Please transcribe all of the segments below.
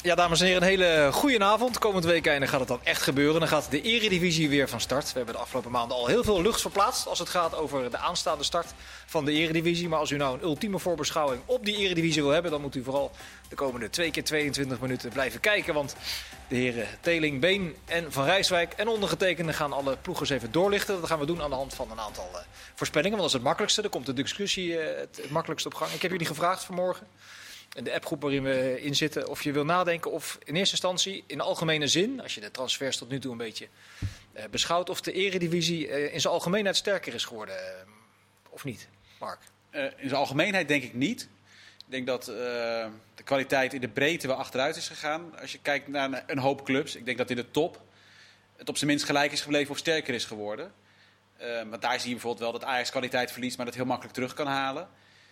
Ja, dames en heren, een hele goede avond. Komend weekend gaat het dan echt gebeuren. Dan gaat de Eredivisie weer van start. We hebben de afgelopen maanden al heel veel lucht verplaatst als het gaat over de aanstaande start van de Eredivisie. Maar als u nou een ultieme voorbeschouwing op die Eredivisie wil hebben, dan moet u vooral de komende 2 keer 22 minuten blijven kijken. Want de heren Teling, Been en Van Rijswijk en ondergetekende gaan alle ploegers even doorlichten. Dat gaan we doen aan de hand van een aantal voorspellingen. Want dat is het makkelijkste. Er komt de discussie het makkelijkste op gang. Ik heb jullie gevraagd vanmorgen, in de appgroep waarin we in zitten, of je wil nadenken of in eerste instantie in de algemene zin, als je de transfers tot nu toe een beetje beschouwt, of de Eredivisie in zijn algemeenheid sterker is geworden, of niet, Mark? In zijn algemeenheid denk ik niet. Ik denk dat de kwaliteit in de breedte wel achteruit is gegaan. Als je kijkt naar een hoop clubs, ik denk dat in de top het op zijn minst gelijk is gebleven of sterker is geworden. Want daar zie je bijvoorbeeld wel dat Ajax kwaliteit verliest, maar dat heel makkelijk terug kan halen.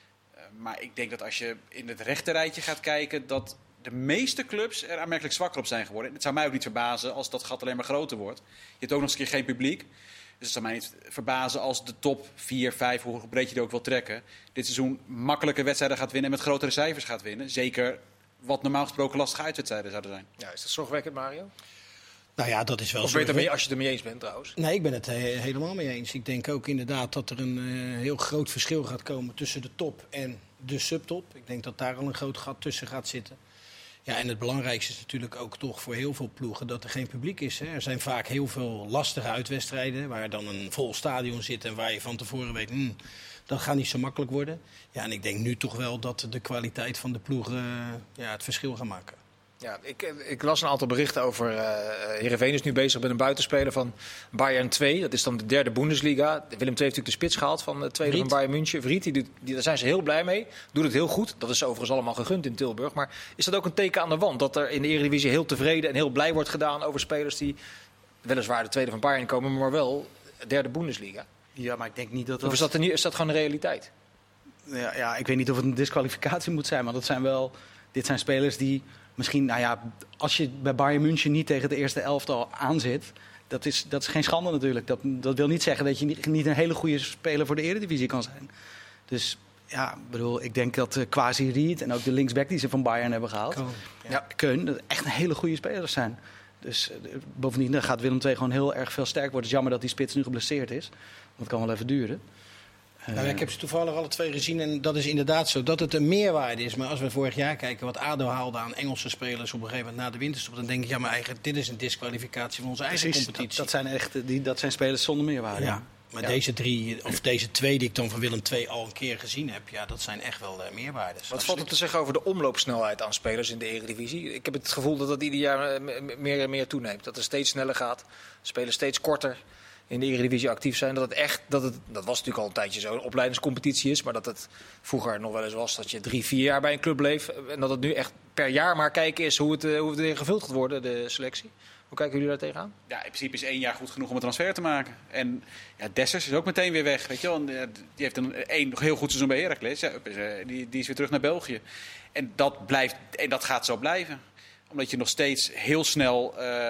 Maar ik denk dat als je in het rechterrijtje gaat kijken, dat de meeste clubs er aanmerkelijk zwakker op zijn geworden. Het zou mij ook niet verbazen als dat gat alleen maar groter wordt. Je hebt ook nog eens een keer geen publiek. Dus het zou mij niet verbazen als de top 4, 5, hoe breed je er ook wil trekken, dit seizoen makkelijke wedstrijden gaat winnen en met grotere cijfers gaat winnen. Zeker wat normaal gesproken lastige uitwedstrijden zouden zijn. Ja, is dat zorgwekkend, Mario? Nou ja, dat is wel Of ben je het ermee, als je het ermee eens bent trouwens? Nee, ik ben het helemaal mee eens. Ik denk ook inderdaad dat er een heel groot verschil gaat komen tussen de top en de subtop. Ik denk dat daar al een groot gat tussen gaat zitten. Ja, en het belangrijkste is natuurlijk ook toch voor heel veel ploegen dat er geen publiek is. Hè. Er zijn vaak heel veel lastige uitwedstrijden waar dan een vol stadion zit en waar je van tevoren weet, dat gaat niet zo makkelijk worden. Ja, en ik denk nu toch wel dat de kwaliteit van de ploegen het verschil gaat maken. Ja, ik las een aantal berichten over Heerenveen is nu bezig met een buitenspeler van Bayern 2. Dat is dan de derde Bundesliga. Willem II heeft natuurlijk de spits gehaald van de tweede van Bayern München. Vriet, daar zijn ze heel blij mee. Doet het heel goed. Dat is overigens allemaal gegund in Tilburg. Maar is dat ook een teken aan de wand? Dat er in de Eredivisie heel tevreden en heel blij wordt gedaan over spelers die weliswaar de tweede van Bayern komen, maar wel de derde Bundesliga? Ja, maar ik denk niet dat Of is dat gewoon een realiteit? Ja, ik weet niet of het een disqualificatie moet zijn, maar dit zijn spelers die misschien, als je bij Bayern München niet tegen het eerste elftal aanzit, dat is geen schande natuurlijk. Dat wil niet zeggen dat je niet een hele goede speler voor de Eredivisie kan zijn. Dus ja, ik denk dat Kwasi Ried en ook de linksback die ze van Bayern hebben gehaald, Keun, dat echt een hele goede spelers zijn. Dus bovendien dan gaat Willem II gewoon heel erg veel sterk worden. Het is jammer dat die spits nu geblesseerd is. Want het kan wel even duren. Nou, ik heb ze toevallig alle twee gezien en dat is inderdaad zo dat het een meerwaarde is. Maar als we vorig jaar kijken wat ADO haalde aan Engelse spelers op een gegeven moment na de winterstop, dan denk ik, maar eigenlijk dit is een disqualificatie van onze eigen competitie. Dat zijn spelers zonder meerwaarde. Ja. Maar deze twee die ik dan van Willem II al een keer gezien heb, dat zijn echt wel meerwaarden. Wat valt er te zeggen over de omloopsnelheid aan spelers in de Eredivisie? Ik heb het gevoel dat ieder jaar meer en meer toeneemt. Dat het steeds sneller gaat, spelers steeds korter in de Eredivisie actief zijn. Dat was natuurlijk al een tijdje zo, een opleidingscompetitie is. Maar dat het vroeger nog wel eens was dat je 3-4 jaar bij een club bleef. En dat het nu echt per jaar maar kijken is hoe het weer gevuld gaat worden, de selectie. Hoe kijken jullie daar tegenaan? Ja, in principe is 1 jaar goed genoeg om een transfer te maken. En Dessers is ook meteen weer weg. Weet je wel? Die heeft een heel goed seizoen bij Heracles. Ja, die is weer terug naar België. En dat gaat zo blijven. Omdat je nog steeds heel snel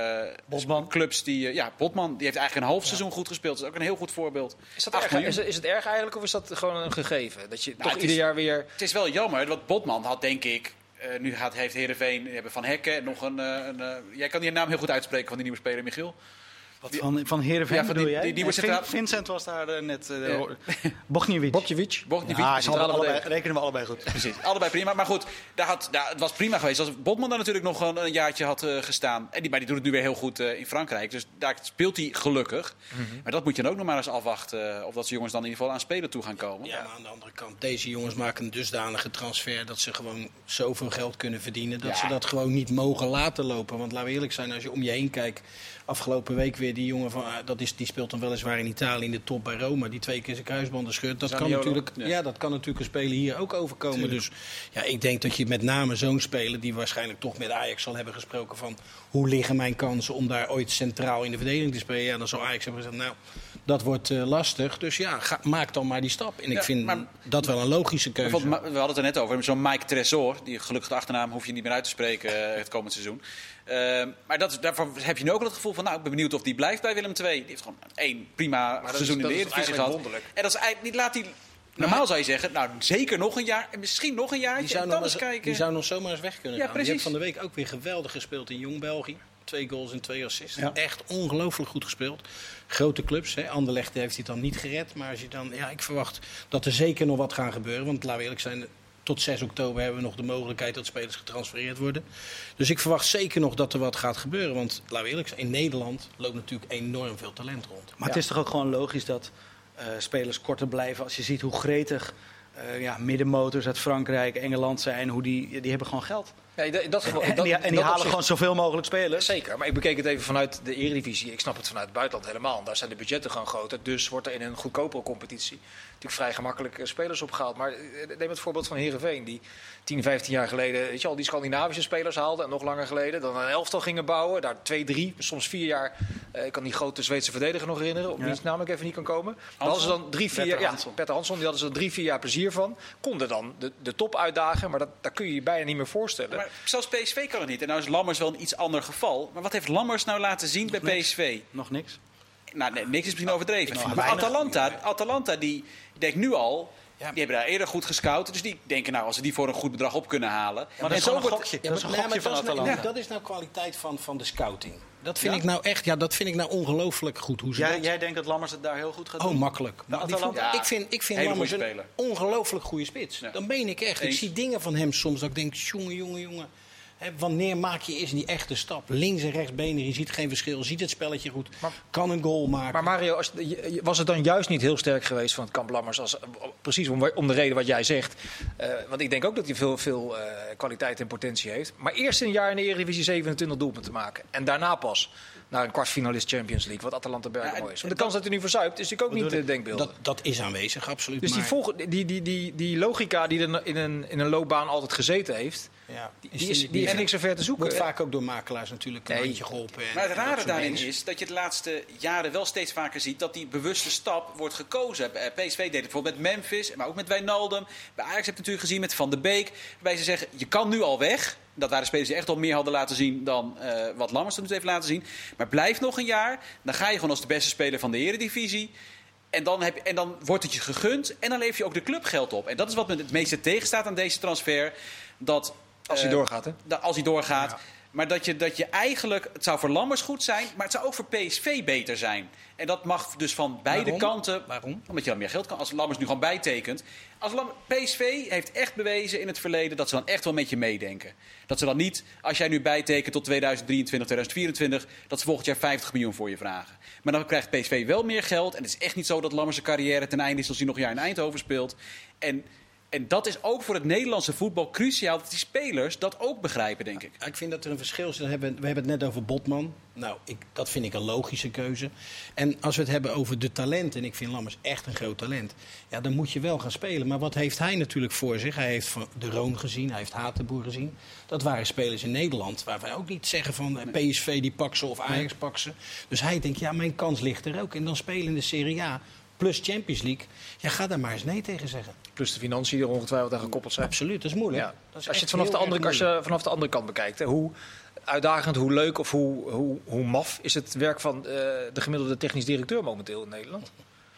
clubs die... Botman, die heeft eigenlijk een half seizoen goed gespeeld. Dat is ook een heel goed voorbeeld. Is het erg eigenlijk of is dat gewoon een gegeven? Dat je toch ieder jaar weer... Het is wel jammer, want Botman had denk ik... heeft Heerenveen hebben Van Hekken nog jij kan die naam heel goed uitspreken van die nieuwe speler, Michiel. Van Heerenveen, ja, bedoel jij? Vincent was daar net... Bogniewicz. Rekenen we allebei goed. Precies, allebei prima. Maar goed, het was prima geweest als Botman daar natuurlijk nog een jaartje had gestaan. Maar die doet het nu weer heel goed in Frankrijk. Dus daar speelt hij gelukkig. Mm-hmm. Maar dat moet je dan ook nog maar eens afwachten. Of dat ze jongens dan in ieder geval aan spelen toe gaan komen. Ja, maar aan de andere kant, deze jongens maken een dusdanige transfer dat ze gewoon zoveel geld kunnen verdienen. Dat ze dat gewoon niet mogen laten lopen. Want laten we eerlijk zijn, als je om je heen kijkt. Afgelopen week weer die jongen die speelt dan weliswaar in Italië in de top bij Roma. Die 2 keer zijn kruisbanden scheurt. Dat kan natuurlijk een speler hier ook overkomen. Tuurlijk. Dus ik denk dat je met name zo'n speler die waarschijnlijk toch met Ajax zal hebben gesproken van hoe liggen mijn kansen om daar ooit centraal in de verdediging te spelen. Ja, dan zal Ajax hebben gezegd, dat wordt lastig. Dus maak dan maar die stap. En ik vind dat wel een logische keuze. We hadden het er net over. Zo'n Mike Tresor, die gelukkig de achternaam hoef je niet meer uit te spreken het komend seizoen. Maar daarvan heb je nu ook al het gevoel van, ik ben benieuwd of die blijft bij Willem II. Die heeft gewoon 1 prima seizoen in de Eredivisie gehad. Wonderlijk. En dat is eigenlijk niet, Normaal zou je zeggen, nou zeker nog een jaar en misschien nog een jaartje en dan eens kijken. Die zou nog zomaar eens weg kunnen gaan. Precies. Die heeft van de week ook weer geweldig gespeeld in Jong België. 2 goals en 2 assists. Ja. Echt ongelooflijk goed gespeeld. Grote clubs. Hè. Anderlecht heeft hij dan niet gered. Maar als je dan, ik verwacht dat er zeker nog wat gaan gebeuren. Want laten we eerlijk zijn, tot 6 oktober hebben we nog de mogelijkheid dat spelers getransfereerd worden. Dus ik verwacht zeker nog dat er wat gaat gebeuren. Want laten we eerlijk zijn, in Nederland loopt natuurlijk enorm veel talent rond. Maar het is toch ook gewoon logisch dat spelers korter blijven. Als je ziet hoe gretig middenmotors uit Frankrijk, Engeland zijn. Hoe die hebben gewoon geld. Ja, in dat geval, En die halen gewoon zoveel mogelijk spelers. Zeker, maar ik bekeek het even vanuit de Eredivisie. Ik snap het vanuit het buitenland helemaal. Daar zijn de budgetten gewoon groter. Dus wordt er in een goedkopere competitie natuurlijk vrij gemakkelijk spelers opgehaald. Maar neem het voorbeeld van Heerenveen. Die 10, 15 jaar geleden weet je, al die Scandinavische spelers haalden. En nog langer geleden. Dan een elftal gingen bouwen. Daar 2, 3, soms 4 jaar. Ik kan die grote Zweedse verdediger nog herinneren. Op wiens naam ik even niet kan komen. Daar hadden ze dan 3, 4 jaar. Petter Hansson. Die hadden ze 3, 4 jaar plezier van. Konden dan de top uitdagen. Maar daar kun je je bijna niet meer voorstellen. Maar zelfs PSV kan het niet. En nou is Lammers wel een iets ander geval. Maar wat heeft Lammers nou laten zien bij PSV? Nog niks. Nou, nee, niks is misschien overdreven. Nou, Maar Atalanta die denkt nu al... Die hebben daar eerder goed gescout. Dus die denken nou, als ze die voor een goed bedrag op kunnen halen. Maar dat is gewoon een gokje. Ja, Dat is een gokje van Atalanta. Dat is nou kwaliteit van de scouting. Dat vind ik nou echt, dat vind ik nou ongelooflijk goed. Hoe ze Jij denkt dat Lammers het daar heel goed gaat doen? Oh, makkelijk. Bij Maar Atalanta? ik vind hele Lammers goede een speler. ongelooflijk goede spits. Ja. Dan meen ik echt. Ik Eens. zie dingen van hem soms dat ik denk, jongen. Hè, wanneer maak je eens die echte stap? Links en rechts benen, je ziet geen verschil. Ziet het spelletje goed. Kan een goal maken. Maar Mario, was het dan juist niet heel sterk geweest van het kamp Lammers? Precies om de reden wat jij zegt. Want ik denk ook dat hij veel kwaliteit en potentie heeft. Maar eerst een jaar in de Eredivisie 27 doelpunten maken. En daarna pas naar een kwartfinalist Champions League. Wat Atalanta Bergamo is. Want de kans dat hij nu verzuipt is natuurlijk ook niet denkbeeldig. Dat is aanwezig, absoluut. Dus die logica die er in een loopbaan altijd gezeten heeft... Ja, Die heeft niks zo ver te zoeken. Wordt vaak ook door makelaars natuurlijk een handje geholpen. Maar het rare daarin is dat je de laatste jaren wel steeds vaker ziet dat die bewuste stap wordt gekozen. PSV deed het bijvoorbeeld met Memphis, maar ook met Wijnaldum. Bij Ajax heb je het natuurlijk gezien met Van de Beek. Waarbij ze zeggen, je kan nu al weg. Dat waren spelers die echt al meer hadden laten zien dan wat Lammers toen heeft laten zien. Maar blijf nog een jaar. Dan ga je gewoon als de beste speler van de Eredivisie. En dan wordt het je gegund. En dan leef je ook de clubgeld op. En dat is wat me het meeste tegenstaat aan deze transfer. Dat... Als hij doorgaat, hè? Als hij doorgaat. Ja. Maar dat je eigenlijk... Het zou voor Lammers goed zijn, maar het zou ook voor PSV beter zijn. En dat mag dus van beide kanten. Waarom? Omdat je dan meer geld kan. Als Lammers nu gewoon bijtekent. PSV heeft echt bewezen in het verleden dat ze dan echt wel met je meedenken. Dat ze dan niet, als jij nu bijtekent tot 2023, 2024... dat ze volgend jaar 50 miljoen voor je vragen. Maar dan krijgt PSV wel meer geld. En het is echt niet zo dat Lammers' carrière ten einde is als hij nog een jaar in Eindhoven speelt. En dat is ook voor het Nederlandse voetbal cruciaal dat die spelers dat ook begrijpen, denk ik. Ik vind dat er een verschil is. We hebben het net over Botman. Nou, dat vind ik een logische keuze. En als we het hebben over de talenten, en ik vind Lammers echt een groot talent, ja, dan moet je wel gaan spelen. Maar wat heeft hij natuurlijk voor zich? Hij heeft De Roon gezien, hij heeft Hatenboer gezien. Dat waren spelers in Nederland waar wij ook niet zeggen van PSV die pak ze of Ajax pak ze. Dus hij denkt, ja, mijn kans ligt er ook. En dan spelen in de Serie A plus Champions League. Ja, ga daar maar eens nee tegen zeggen. Plus de financiën die er ongetwijfeld aan gekoppeld zijn. Absoluut, dat is moeilijk. Ja. Dat is Als je echt het heel erg vanaf de andere kant bekijkt, hè, hoe uitdagend, hoe leuk of hoe maf is het werk van de gemiddelde technisch directeur momenteel in Nederland?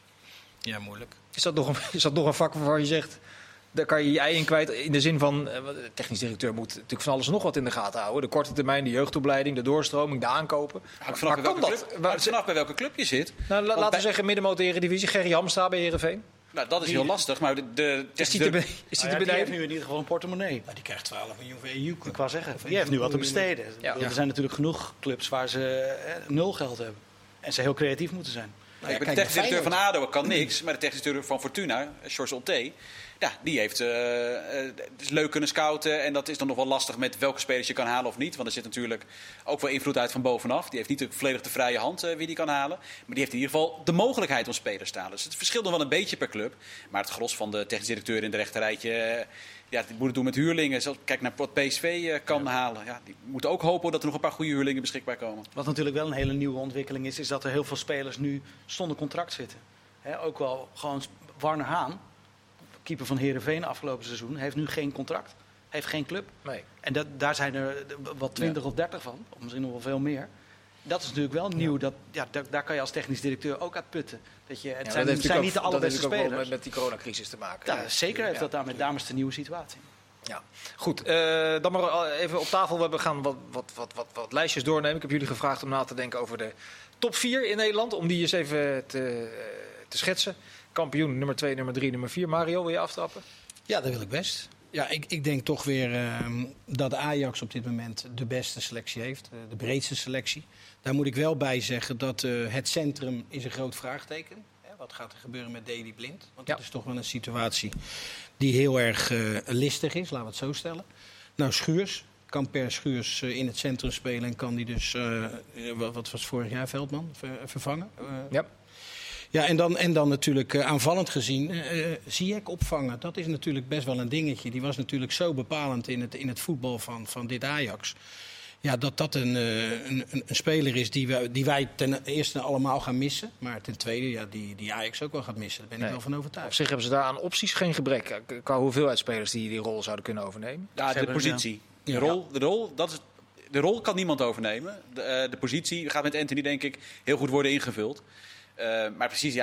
Ja, moeilijk. Is dat nog een vak waarvan je zegt, daar kan je je ei in kwijt in de zin van, de technisch directeur moet natuurlijk van alles en nog wat in de gaten houden. De korte termijn, de jeugdopleiding, de doorstroming, de aankopen. Hangt vanaf bij welke club je zit. Nou, laten we zeggen middenmoot Eredivisie, Gerry Hamstra bij Heerenveen. Nou, dat is heel lastig, maar Is die te Die beneden? heeft nu in ieder geval een portemonnee. Maar die krijgt 12 miljoen voor EU. Ik wou zeggen, die heeft nu wat te besteden. Ja. Er zijn natuurlijk genoeg clubs waar ze nul geld hebben. En ze heel creatief moeten zijn. Nou ja, de kijk, technisch directeur van Feyenoord. ADO kan niks, maar de technisch directeur van Fortuna, George Olté, ja, die heeft dus leuk kunnen scouten. En dat is dan nog wel lastig met welke spelers je kan halen of niet. Want er zit natuurlijk ook wel invloed uit van bovenaf. Die heeft niet volledig de vrije hand wie die kan halen. Maar die heeft in ieder geval de mogelijkheid om spelers te halen. Dus het verschilt nog wel een beetje per club. Maar het gros van de technisch directeur in de rechterrijtje, die moet het doen met huurlingen. Kijk naar wat PSV kan halen. Ja, die moeten ook hopen dat er nog een paar goede huurlingen beschikbaar komen. Wat natuurlijk wel een hele nieuwe ontwikkeling is dat er heel veel spelers nu zonder contract zitten. Ook wel gewoon Warner Haan, keeper van Heerenveen afgelopen seizoen, heeft nu geen contract. Heeft geen club. Nee. En daar zijn er wat 20 of 30 van, of misschien nog wel veel meer. Dat is natuurlijk wel nieuw. Daar kan je als technisch directeur ook uit putten. Het zijn niet de allerbeste spelers. Met die coronacrisis te maken. Ja, zeker heeft dat daar met dames de nieuwe situatie. Ja, goed. Dan maar even op tafel. We gaan wat lijstjes doornemen. Ik heb jullie gevraagd om na te denken over de top 4 in Nederland. Om die eens even te schetsen. Kampioen, nummer 2, nummer 3, nummer 4. Mario, wil je aftrappen? Ja, dat wil ik best. Ja, ik denk toch weer dat Ajax op dit moment de beste selectie heeft. De breedste selectie. Daar moet ik wel bij zeggen dat het centrum is een groot vraagteken. Wat gaat er gebeuren met Daley Blind? Want dat is toch wel een situatie die heel erg listig is, laten we het zo stellen. Nou, Schuurs. Kan Per Schuurs in het centrum spelen en kan die dus, wat was vorig jaar, Veldman, vervangen? Ja. Ja, en dan natuurlijk aanvallend gezien, Ziyech opvangen. Dat is natuurlijk best wel een dingetje. Die was natuurlijk zo bepalend in het voetbal van dit Ajax. Ja, dat een speler is die wij ten eerste allemaal gaan missen. Maar ten tweede, die Ajax ook wel gaat missen. Daar ben ik wel van overtuigd. Op zich hebben ze daar aan opties geen gebrek. Qua hoeveelheid spelers die rol zouden kunnen overnemen. Ja, de positie. De rol kan niemand overnemen. De positie gaat met Anthony denk ik heel goed worden ingevuld. Maar precies,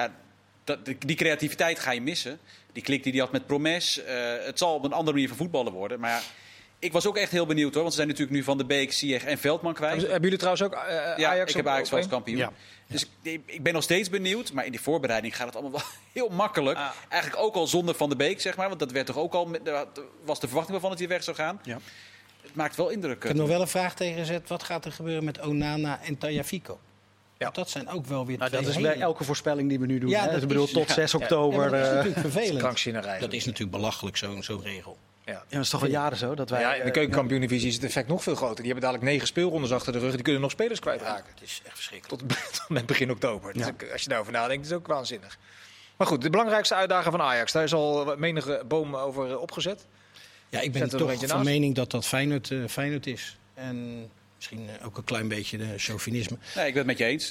die creativiteit ga je missen. Die klik die hij had met Promes. Het zal op een andere manier van voetballen worden. Maar ik was ook echt heel benieuwd hoor. Want ze zijn natuurlijk nu Van de Beek, Ziyech en Veldman kwijt. Hebben jullie trouwens ook Ajax? Ja, ik heb Ajax als kampioen. Ja. Dus ik ben nog steeds benieuwd. Maar in die voorbereiding gaat het allemaal wel heel makkelijk. Eigenlijk ook al zonder Van de Beek, zeg maar. Want dat werd toch ook al was de verwachting waarvan dat hij weg zou gaan. Ja. Het maakt wel indruk. Ik heb nog wel een vraag tegen gezet. Wat gaat er gebeuren met Onana en Tagliafico? Ja. Dat zijn ook wel weer dat is bij elke voorspelling die we nu doen. Ja, ik bedoel, tot 6 oktober. Dat is natuurlijk vervelend. Krankzinnerij. Dat is natuurlijk belachelijk, zo'n regel. Ja, dat is toch al jaren zo? Dat wij, in de keukenkampioen-divisie is het effect nog veel groter. Die hebben dadelijk 9 speelrondes achter de rug. Die kunnen nog spelers kwijtraken. Het is echt verschrikkelijk. Tot met begin oktober. Ja. Dus als je daarover nadenkt, is het ook waanzinnig. Maar goed, de belangrijkste uitdaging van Ajax. Daar is al menige boom over opgezet. Ja, ik ben toch van mening dat Feyenoord is. En misschien ook een klein beetje de chauvinisme. Nee, ik ben het met je eens.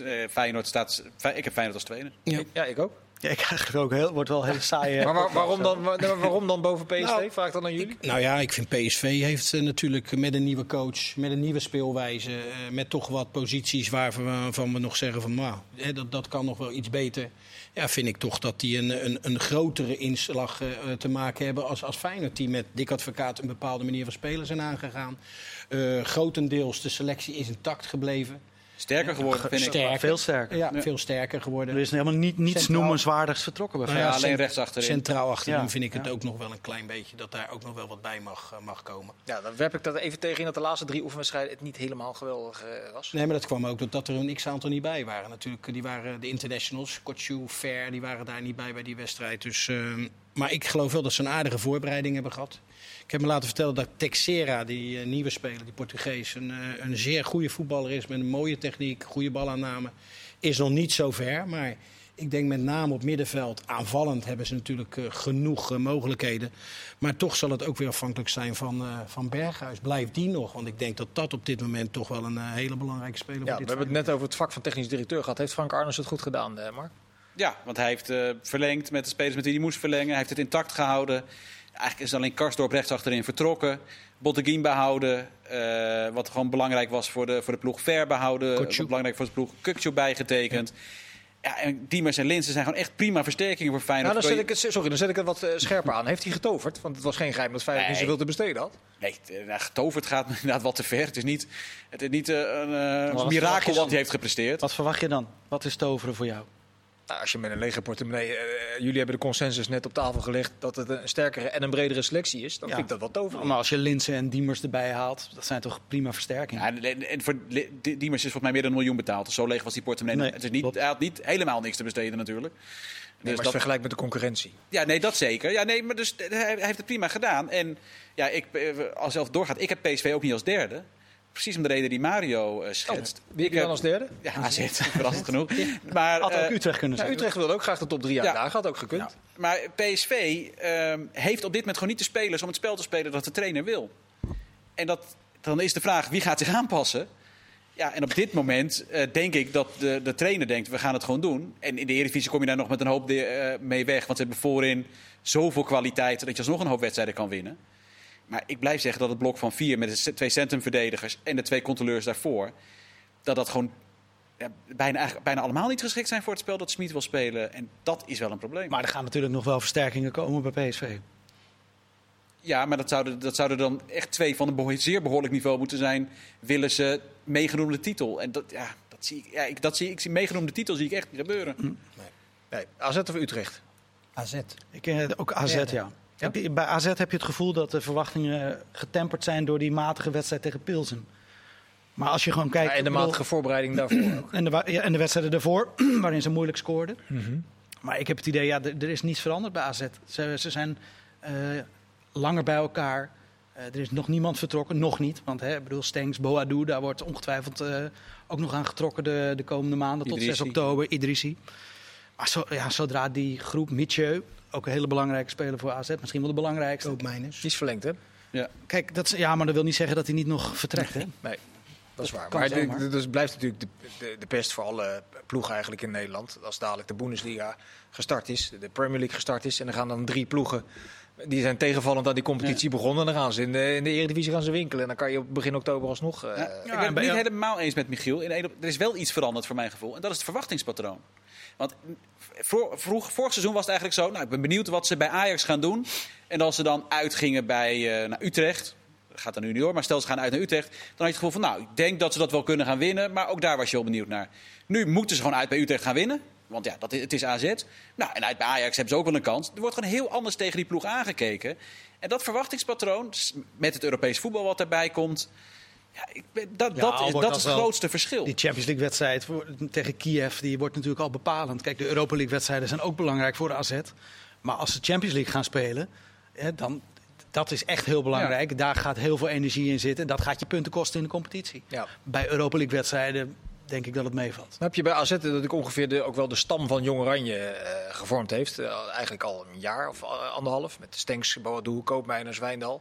Ik heb Feyenoord als tweede. Ja, ik ook. Ja, ik krijg er ook wordt wel heel saai. Maar waarom dan boven PSV? Vraag ik dan aan jullie. Ik vind PSV heeft natuurlijk met een nieuwe coach, met een nieuwe speelwijze, met toch wat posities waarvan we nog zeggen van dat kan nog wel iets beter. Ja, vind ik toch dat die een grotere inslag te maken hebben als Feyenoord, die met Dick Advocaat een bepaalde manier van spelen zijn aangegaan. Grotendeels de selectie is intact gebleven. Sterker geworden, vind ik. Veel sterker. Ja, veel sterker geworden. Er is helemaal niets noemenswaardigs vertrokken bij Feyenoord. Alleen rechts achterin. Centraal achterin vind ik het ook nog wel een klein beetje dat daar ook nog wel wat bij mag komen. Ja, dan werp ik dat even tegen in dat de laatste 3 oefenwedstrijden het niet helemaal geweldig was. Nee, maar dat kwam ook doordat er een x-aantal niet bij waren. Natuurlijk, die waren de internationals, Kotsu, Fer, die waren daar niet bij die wedstrijd. Dus, maar ik geloof wel dat ze een aardige voorbereiding hebben gehad. Ik heb me laten vertellen dat Teixeira, die nieuwe speler, die Portugees, een zeer goede voetballer is met een mooie techniek, goede balaanname. Is nog niet zo ver, maar ik denk met name op middenveld, aanvallend hebben ze natuurlijk genoeg mogelijkheden. Maar toch zal het ook weer afhankelijk zijn van Berghuis. Blijft die nog? Want ik denk dat op dit moment toch wel een hele belangrijke speler wordt. We hebben het net over het vak van technisch directeur gehad. Heeft Frank Arnes het goed gedaan, Mark? Ja, want hij heeft verlengd met de spelers met wie hij moest verlengen. Hij heeft het intact gehouden. Eigenlijk is alleen Karsdorp rechts achterin vertrokken. Botteguin behouden. Wat gewoon belangrijk was voor de ploeg. Ver behouden. Wat belangrijk voor de ploeg. Kukçu bijgetekend. Ja, en Diemers en Linssen zijn gewoon echt prima versterkingen voor Feyenoord. Nou, dan zet ik het wat scherper aan. Heeft hij getoverd? Want het was geen geheim dat Feyenoord niet zoveel te besteden had. Nee, getoverd gaat inderdaad wat te ver. Het is niet een mirakel wat hij heeft gepresteerd. Wat verwacht je dan? Wat is toveren voor jou? Nou, als je met een lege portemonnee... jullie hebben de consensus net op tafel gelegd dat het een sterkere en een bredere selectie is. Dan vind ik dat wel toverend. Maar als je Linssen en Diemers erbij haalt, dat zijn toch prima versterkingen? Ja, en voor Diemers is volgens mij meer dan 1 miljoen betaald. Dus zo leeg was die portemonnee. Nee, hij had niet helemaal niks te besteden natuurlijk. Nee, maar vergelijk met de concurrentie. Ja, nee, dat zeker. Ja, nee, maar dus, hij heeft het prima gedaan. En ja, als zelf doorgaat, ik heb PSV ook niet als derde. Precies om de reden die Mario schetst. Wie heb je dan als derde? Ja, AZ, verrassend genoeg. Maar, had ook Utrecht kunnen zijn. Utrecht wilde ook graag de top 3 jaar. Daar had ook gekund. Ja. Maar PSV heeft op dit moment gewoon niet de spelers om het spel te spelen dat de trainer wil. En dan is de vraag, wie gaat zich aanpassen? Ja, en op dit moment denk ik dat de trainer denkt, we gaan het gewoon doen. En in de Eredivisie kom je daar nog met een hoop mee weg. Want ze hebben voorin zoveel kwaliteit dat je alsnog een hoop wedstrijden kan winnen. Maar ik blijf zeggen dat het blok van 4 met de 2 centrumverdedigers en de 2 controleurs daarvoor, dat gewoon bijna allemaal niet geschikt zijn voor het spel dat Schmid wil spelen. En dat is wel een probleem. Maar er gaan natuurlijk nog wel versterkingen komen bij PSV. Ja, maar dat zouden dan echt 2 van een zeer behoorlijk niveau moeten zijn. Willen ze meegenoemde titel? En dat zie ik meegenoemde titel zie ik echt niet gebeuren. Nee, AZ of Utrecht? AZ. Ook AZ, ja. Bij AZ heb je het gevoel dat de verwachtingen getemperd zijn door die matige wedstrijd tegen Pilsen. Maar als je gewoon kijkt... En de matige voorbereiding daarvoor ook. En de wedstrijden daarvoor, waarin ze moeilijk scoorden. Mm-hmm. Maar ik heb het idee, er is niets veranderd bij AZ. Ze zijn langer bij elkaar. Er is nog niemand vertrokken, nog niet. Want Stengs, Boadou, daar wordt ongetwijfeld ook nog aan getrokken de komende maanden. Idrissi. Tot 6 oktober, Idrissi. Maar zodra die groep, Mitchell, ook een hele belangrijke speler voor AZ, misschien wel de belangrijkste. Koopmeiners. Die is verlengd, hè? Ja. Kijk, maar dat wil niet zeggen dat hij niet nog vertrekt, hè? Nee. Dat is waar. Maar het blijft natuurlijk de pest voor alle ploegen eigenlijk in Nederland. Als dadelijk de Bundesliga gestart is, de Premier League gestart is... en er gaan dan 3 ploegen, die zijn tegenvallend aan die competitie begonnen... en dan gaan ze in de Eredivisie gaan ze winkelen. En dan kan je op begin oktober alsnog... Ik ben het niet helemaal eens met Michiel. Er is wel iets veranderd voor mijn gevoel. En dat is het verwachtingspatroon. Want vorig seizoen was het eigenlijk zo... ik ben benieuwd wat ze bij Ajax gaan doen. En als ze dan uitgingen bij Utrecht... Dat gaat dan nu niet door, maar stel ze gaan uit naar Utrecht... dan had je het gevoel van, ik denk dat ze dat wel kunnen gaan winnen... maar ook daar was je wel benieuwd naar. Nu moeten ze gewoon uit bij Utrecht gaan winnen... want het is AZ. En uit bij Ajax hebben ze ook wel een kans. Er wordt gewoon heel anders tegen die ploeg aangekeken. En dat verwachtingspatroon, met het Europees voetbal wat erbij komt... dat is het grootste verschil. Die Champions League wedstrijd tegen Kiev, die wordt natuurlijk al bepalend. Kijk, de Europa League wedstrijden zijn ook belangrijk voor de AZ. Maar als ze Champions League gaan spelen, dan... Dat is echt heel belangrijk. Ja. Daar gaat heel veel energie in zitten. Dat gaat je punten kosten in de competitie. Ja. Bij Europa League wedstrijden denk ik dat het meevalt. Dan heb je bij AZ dat ik ongeveer ook wel de stam van Jong Oranje gevormd heeft. Eigenlijk al een jaar of 1,5. Met Stenks, Boadou, Koopmeiners, Wijndal.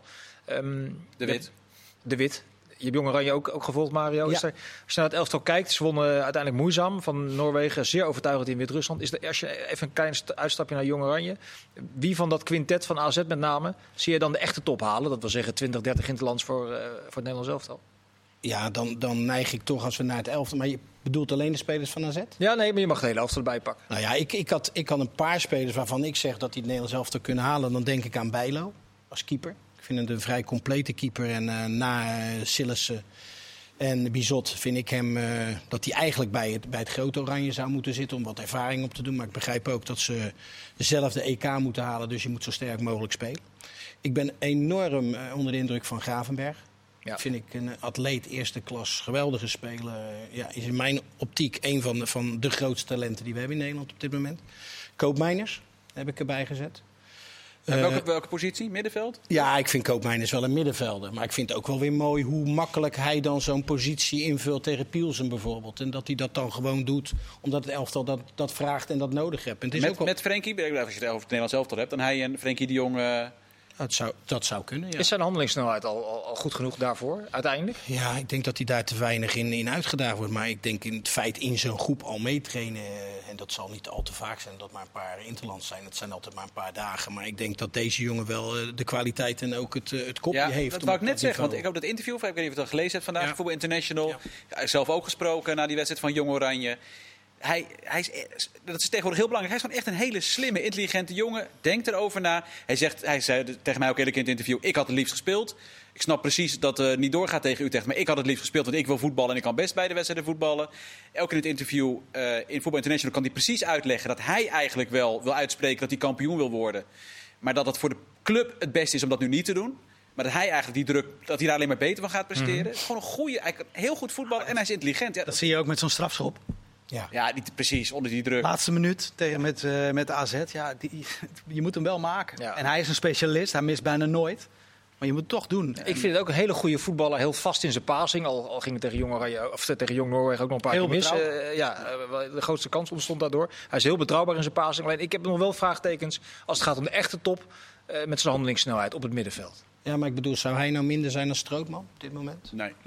De Wit. Je hebt Jong Oranje ook gevolgd, Mario. Ja. Als je naar het elftal kijkt, ze wonnen uiteindelijk moeizaam van Noorwegen. Zeer overtuigend in Wit-Rusland. Als je even een klein uitstapje naar Jong Oranje. Wie van dat quintet van AZ met name zie je dan de echte top halen? Dat wil zeggen 20, 30 interlands voor het Nederlands elftal. Ja, dan neig ik toch als we naar het elftal... Maar je bedoelt alleen de spelers van AZ? Ja, nee, maar je mag het hele elftal erbij pakken. Nou ja, ik had een paar spelers waarvan ik zeg dat die het Nederlands elftal kunnen halen. Dan denk ik aan Bijlo als keeper. Ik vind het een vrij complete keeper. En na Sillissen en Bizot vind ik hem dat hij eigenlijk bij het grote Oranje zou moeten zitten om wat ervaring op te doen. Maar ik begrijp ook dat ze zelf de EK moeten halen. Dus je moet zo sterk mogelijk spelen. Ik ben enorm onder de indruk van Gravenberg. Ja. Vind ik een atleet eerste klas, geweldige speler. Is in mijn optiek een van de grootste talenten die we hebben in Nederland op dit moment. Koopmeiners heb ik erbij gezet. Welke positie? Middenveld? Ja, ik vind Koopmeiners wel een middenvelder. Maar ik vind het ook wel weer mooi hoe makkelijk hij dan zo'n positie invult tegen Pielsen bijvoorbeeld. En dat hij dat dan gewoon doet, omdat het elftal dat vraagt en dat nodig heeft. Met Frenkie, als je het over het Nederlands elftal hebt, dan hij en Frenkie de Jong... Dat zou kunnen, ja. Is zijn handelingssnelheid al goed genoeg daarvoor, uiteindelijk? Ja, ik denk dat hij daar te weinig in uitgedaagd wordt. Maar ik denk in het feit in zo'n groep al meetrainen... en dat zal niet al te vaak zijn dat maar een paar interlands zijn. Het zijn altijd maar een paar dagen. Maar ik denk dat deze jongen wel de kwaliteit en ook het kopje heeft. Dat wou ik net zeggen, want ik heb dat interview... ik weet niet of je het al gelezen hebt vandaag, Voetbal International. Ja. Zelf ook gesproken na die wedstrijd van Jong Oranje... dat is tegenwoordig heel belangrijk. Hij is gewoon echt een hele slimme, intelligente jongen. Denkt erover na. Hij zei tegen mij ook eerlijk in het interview... ik had het liefst gespeeld. Ik snap precies dat het niet doorgaat tegen Utrecht. Maar ik had het liefst gespeeld, want ik wil voetballen... en ik kan best bij de wedstrijden voetballen. Ook in het interview in Voetbal International kan hij precies uitleggen... dat hij eigenlijk wel wil uitspreken dat hij kampioen wil worden. Maar dat het voor de club het beste is om dat nu niet te doen... Maar dat hij eigenlijk die druk, dat hij daar alleen maar beter van gaat presteren. Het is gewoon een goede, heel goed voetballer en hij is intelligent. Ja, dat zie je ook met zo'n strafschop. Ja, precies, onder die druk. Laatste minuut met AZ. Ja, je moet hem wel maken. Ja. En hij is een specialist, hij mist bijna nooit. Maar je moet het toch doen. Ik vind het ook een hele goede voetballer, heel vast in zijn passing. Al ging het tegen Jong Noorwegen ook nog een paar keer mis. De grootste kans ontstond daardoor. Hij is heel betrouwbaar in zijn passing. Alleen ik heb nog wel vraagtekens als het gaat om de echte top... met zijn handelingssnelheid op het middenveld. Ja, maar ik bedoel, zou hij nou minder zijn dan Strootman op dit moment? Nee.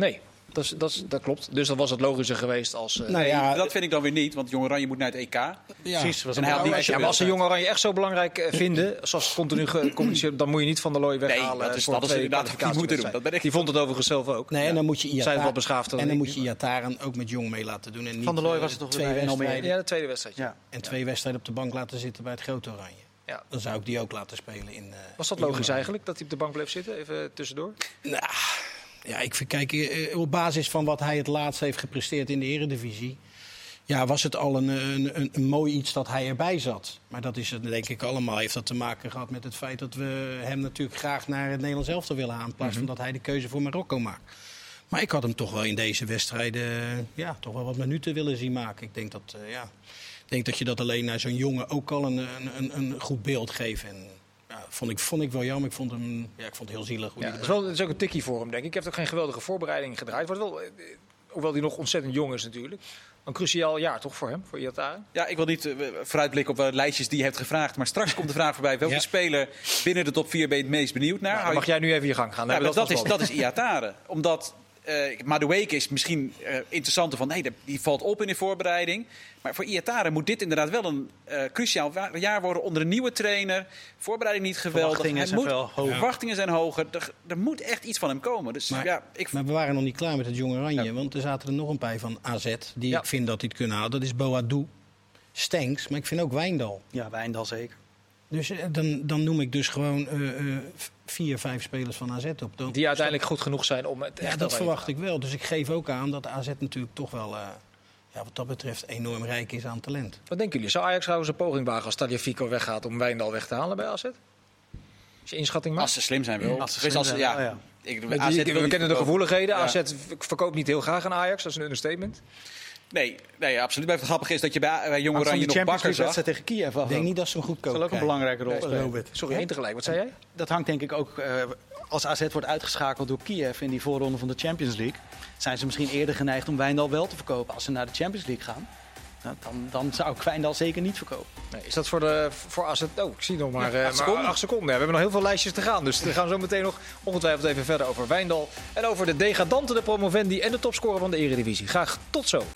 Dat klopt. Dus dan was het logischer geweest als... Dat vind ik dan weer niet, want Jong Oranje moet naar het EK. Precies. En hij had niet maar als ze Jong Oranje echt zo belangrijk vinden, zoals continu gecommuniceerd, dan moet je niet Van der Looy weghalen. Nee, dat is inderdaad wat je moet doen. Die vond het overigens zelf ook. Nee, en dan moet je Zijn wel beschaafd. En dan moet je Iataren ook met Jong mee laten doen. En niet Van der Looy was het toch 2 weer wedstrijden. Ja, de tweede wedstrijd. Ja. En 2 wedstrijden op de bank laten zitten bij het Grote Oranje. Ja. Dan zou ik die ook laten spelen in. Was dat in logisch Jong eigenlijk, dat hij op de bank bleef zitten? Even tussendoor. Nou, ja, ik vind, kijk, op basis van wat hij het laatst heeft gepresteerd in de Eredivisie, ja, was het al een mooi iets dat hij erbij zat. Maar dat is het, denk ik allemaal, heeft dat te maken gehad met het feit dat we hem natuurlijk graag naar het Nederlands elftal willen halen, in plaats van dat hij de keuze voor Marokko maakt. Maar ik had hem toch wel in deze wedstrijden toch wel wat minuten willen zien maken. Ik denk dat je dat alleen naar zo'n jongen ook al een goed beeld geeft. En ja, vond ik wel jammer. Ik vond het heel zielig. Hoe Het is ook een tikkie voor hem, denk ik. Hij heeft ook geen geweldige voorbereiding gedraaid. Wordt wel, hoewel hij nog ontzettend jong is natuurlijk. Een cruciaal jaar toch voor hem, voor Iataren? Ja, ik wil niet vooruitblikken op lijstjes die je hebt gevraagd. Maar straks komt de vraag voorbij. Welke speler binnen de top 4 ben je het meest benieuwd naar? Dan mag jij nu even je gang gaan. Ja, dat is Iataren. Omdat Madueke is misschien interessanter van... die valt op in de voorbereiding. Maar voor Iataren moet dit inderdaad wel een cruciaal jaar worden onder een nieuwe trainer. Voorbereiding niet geweldig. Verwachtingen zijn hoger. Er moet echt iets van hem komen. Dus, maar we waren nog niet klaar met het Jong Oranje. Ja. Want er zaten er nog een paar van AZ die ik vind dat hij het kunnen halen. Dat is Boadou, Stenks, maar ik vind ook Wijndal. Ja, Wijndal zeker. Dus dan noem ik dus gewoon 4, 5 spelers van AZ op. Die uiteindelijk goed genoeg zijn om het echt te dat verwacht ik wel. Dus ik geef ook aan dat AZ natuurlijk toch wel... wat dat betreft enorm rijk is aan talent. Wat denken jullie? Zou Ajax trouwens een poging wagen als Tagliafico weggaat om Wijndal weg te halen bij AZ? Als je inschatting maakt? Als ze slim zijn wel. We kennen de gevoeligheden. Ja. AZ verkoopt niet heel graag aan Ajax. Dat is een understatement. Nee, absoluut. Maar het grappige is dat je bij Jong Oranje nog Bakker zag. Tegen Kiev af. Ik denk niet dat ze een goed kopen. Dat zal ook een belangrijke rol spelen. Sorry, één tegelijk. Wat zei jij? Dat hangt denk ik ook... als AZ wordt uitgeschakeld door Kiev in die voorronde van de Champions League... zijn ze misschien eerder geneigd om Wijndal wel te verkopen. Als ze naar de Champions League gaan, dan zou ik Wijndal zeker niet verkopen. Nee, is dat voor AZ? Oh, ik zie nog maar 8 seconden. Ja, we hebben nog heel veel lijstjes te gaan. Dus daar gaan we zo meteen nog ongetwijfeld even verder over Wijndal. En over de degradanten, de promovendi en de topscorer van de Eredivisie. Graag tot zo.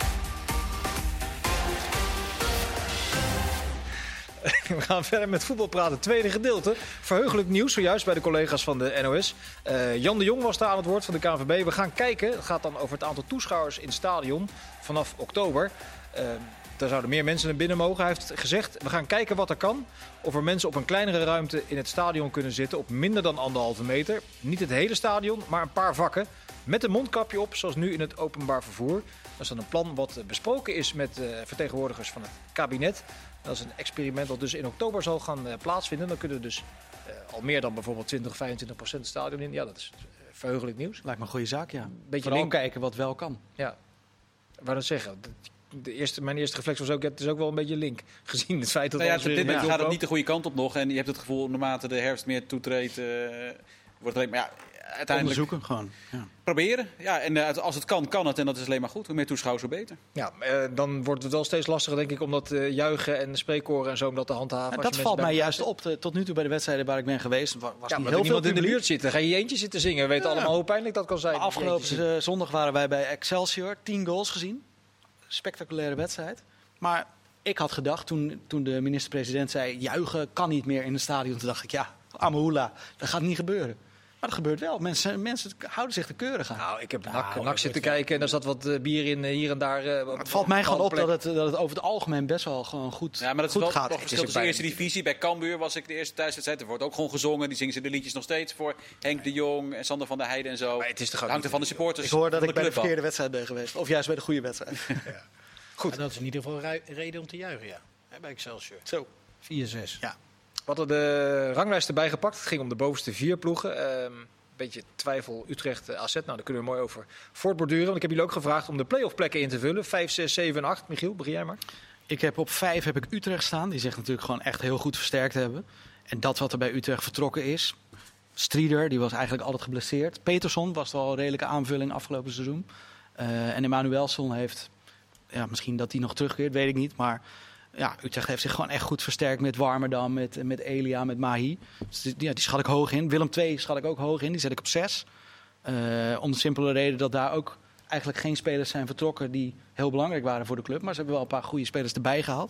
We gaan verder met voetbal praten. Tweede gedeelte. Verheugelijk nieuws zojuist bij de collega's van de NOS. Jan de Jong was daar aan het woord van de KNVB. We gaan kijken. Het gaat dan over het aantal toeschouwers in het stadion vanaf oktober. Daar zouden meer mensen naar binnen mogen. Hij heeft gezegd, we gaan kijken wat er kan. Of er mensen op een kleinere ruimte in het stadion kunnen zitten op minder dan 1,5 meter. Niet het hele stadion, maar een paar vakken. Met een mondkapje op, zoals nu in het openbaar vervoer. Dat is dan een plan wat besproken is met vertegenwoordigers van het kabinet. Dat is een experiment dat dus in oktober zal gaan plaatsvinden. Dan kunnen we dus al meer dan bijvoorbeeld 20-25% het stadion in. Ja, dat is verheugelijk nieuws. Lijkt me een goede zaak, ja. Beetje vooral kijken wat wel kan. Ja, wou dat zeggen. Mijn eerste reflex was ook, het is ook wel een beetje link. Gezien het feit dat... op dit moment gaat het niet de goede kant op nog. En je hebt het gevoel, naarmate de herfst meer toetreedt, wordt het alleen maar... uiteindelijk onderzoeken gewoon. Ja. Proberen. Ja, en als het kan, kan het. En dat is alleen maar goed. Hoe meer toeschouwers, hoe beter. Ja, dan wordt het wel steeds lastiger, denk ik, om dat juichen en spreekkoren en zo, om dat te handhaven. Dat valt mij juist op. Tot nu toe bij de wedstrijden waar ik ben geweest, was niet heel veel in de buurt zitten. Ga je eentje zitten zingen. We weten allemaal hoe pijnlijk dat kan zijn. Afgelopen zondag waren wij bij Excelsior. 10 goals gezien. Spectaculaire wedstrijd. Maar ik had gedacht, toen de minister-president zei, juichen kan niet meer in het stadion. Toen dacht ik, ja, Amahula, dat gaat niet gebeuren. Maar dat gebeurt wel. Mensen houden zich te keurig aan. Nou, ik heb NAC zitten kijken en daar zat wat bier in hier en daar. Het valt mij gewoon op dat het over het algemeen best wel gewoon goed gaat. Ja, maar dat is wel nog verschil tussen de eerste divisie. Bij Cambuur was ik de eerste thuiswedstrijd. Er wordt ook gewoon gezongen. Die zingen ze de liedjes nog steeds voor Henk de Jong en Sander van der Heijden en zo. Maar het is toch hangt er van de supporters. Ik hoor dat ik bij de verkeerde wedstrijd ben geweest. Of juist bij de goede wedstrijd. Ja. Goed. En dat is in ieder geval reden om te juichen, ja. Bij Excelsior. Zo. 4-6. Ja. We hadden de ranglijst erbij gepakt. Het ging om de bovenste 4 ploegen. Beetje twijfel Utrecht, AZ. Nou, daar kunnen we mooi over voortborduren. Want ik heb jullie ook gevraagd om de play-off plekken in te vullen. 5, 6, 7 en 8. Michiel, begin jij maar. Ik heb op 5 Utrecht staan. Die zich natuurlijk gewoon echt heel goed versterkt hebben. En dat wat er bij Utrecht vertrokken is. Strieder, die was eigenlijk altijd geblesseerd. Peterson was wel een redelijke aanvulling afgelopen seizoen. En Emmanuelsson heeft... Ja, misschien dat hij nog terugkeert, weet ik niet. Maar ja, Utrecht heeft zich gewoon echt goed versterkt met Warmerdam, met Elia, met Mahi. Dus die schat ik hoog in. Willem II schat ik ook hoog in. Die zet ik op 6. Om de simpele reden dat daar ook eigenlijk geen spelers zijn vertrokken die heel belangrijk waren voor de club. Maar ze hebben wel een paar goede spelers erbij gehaald.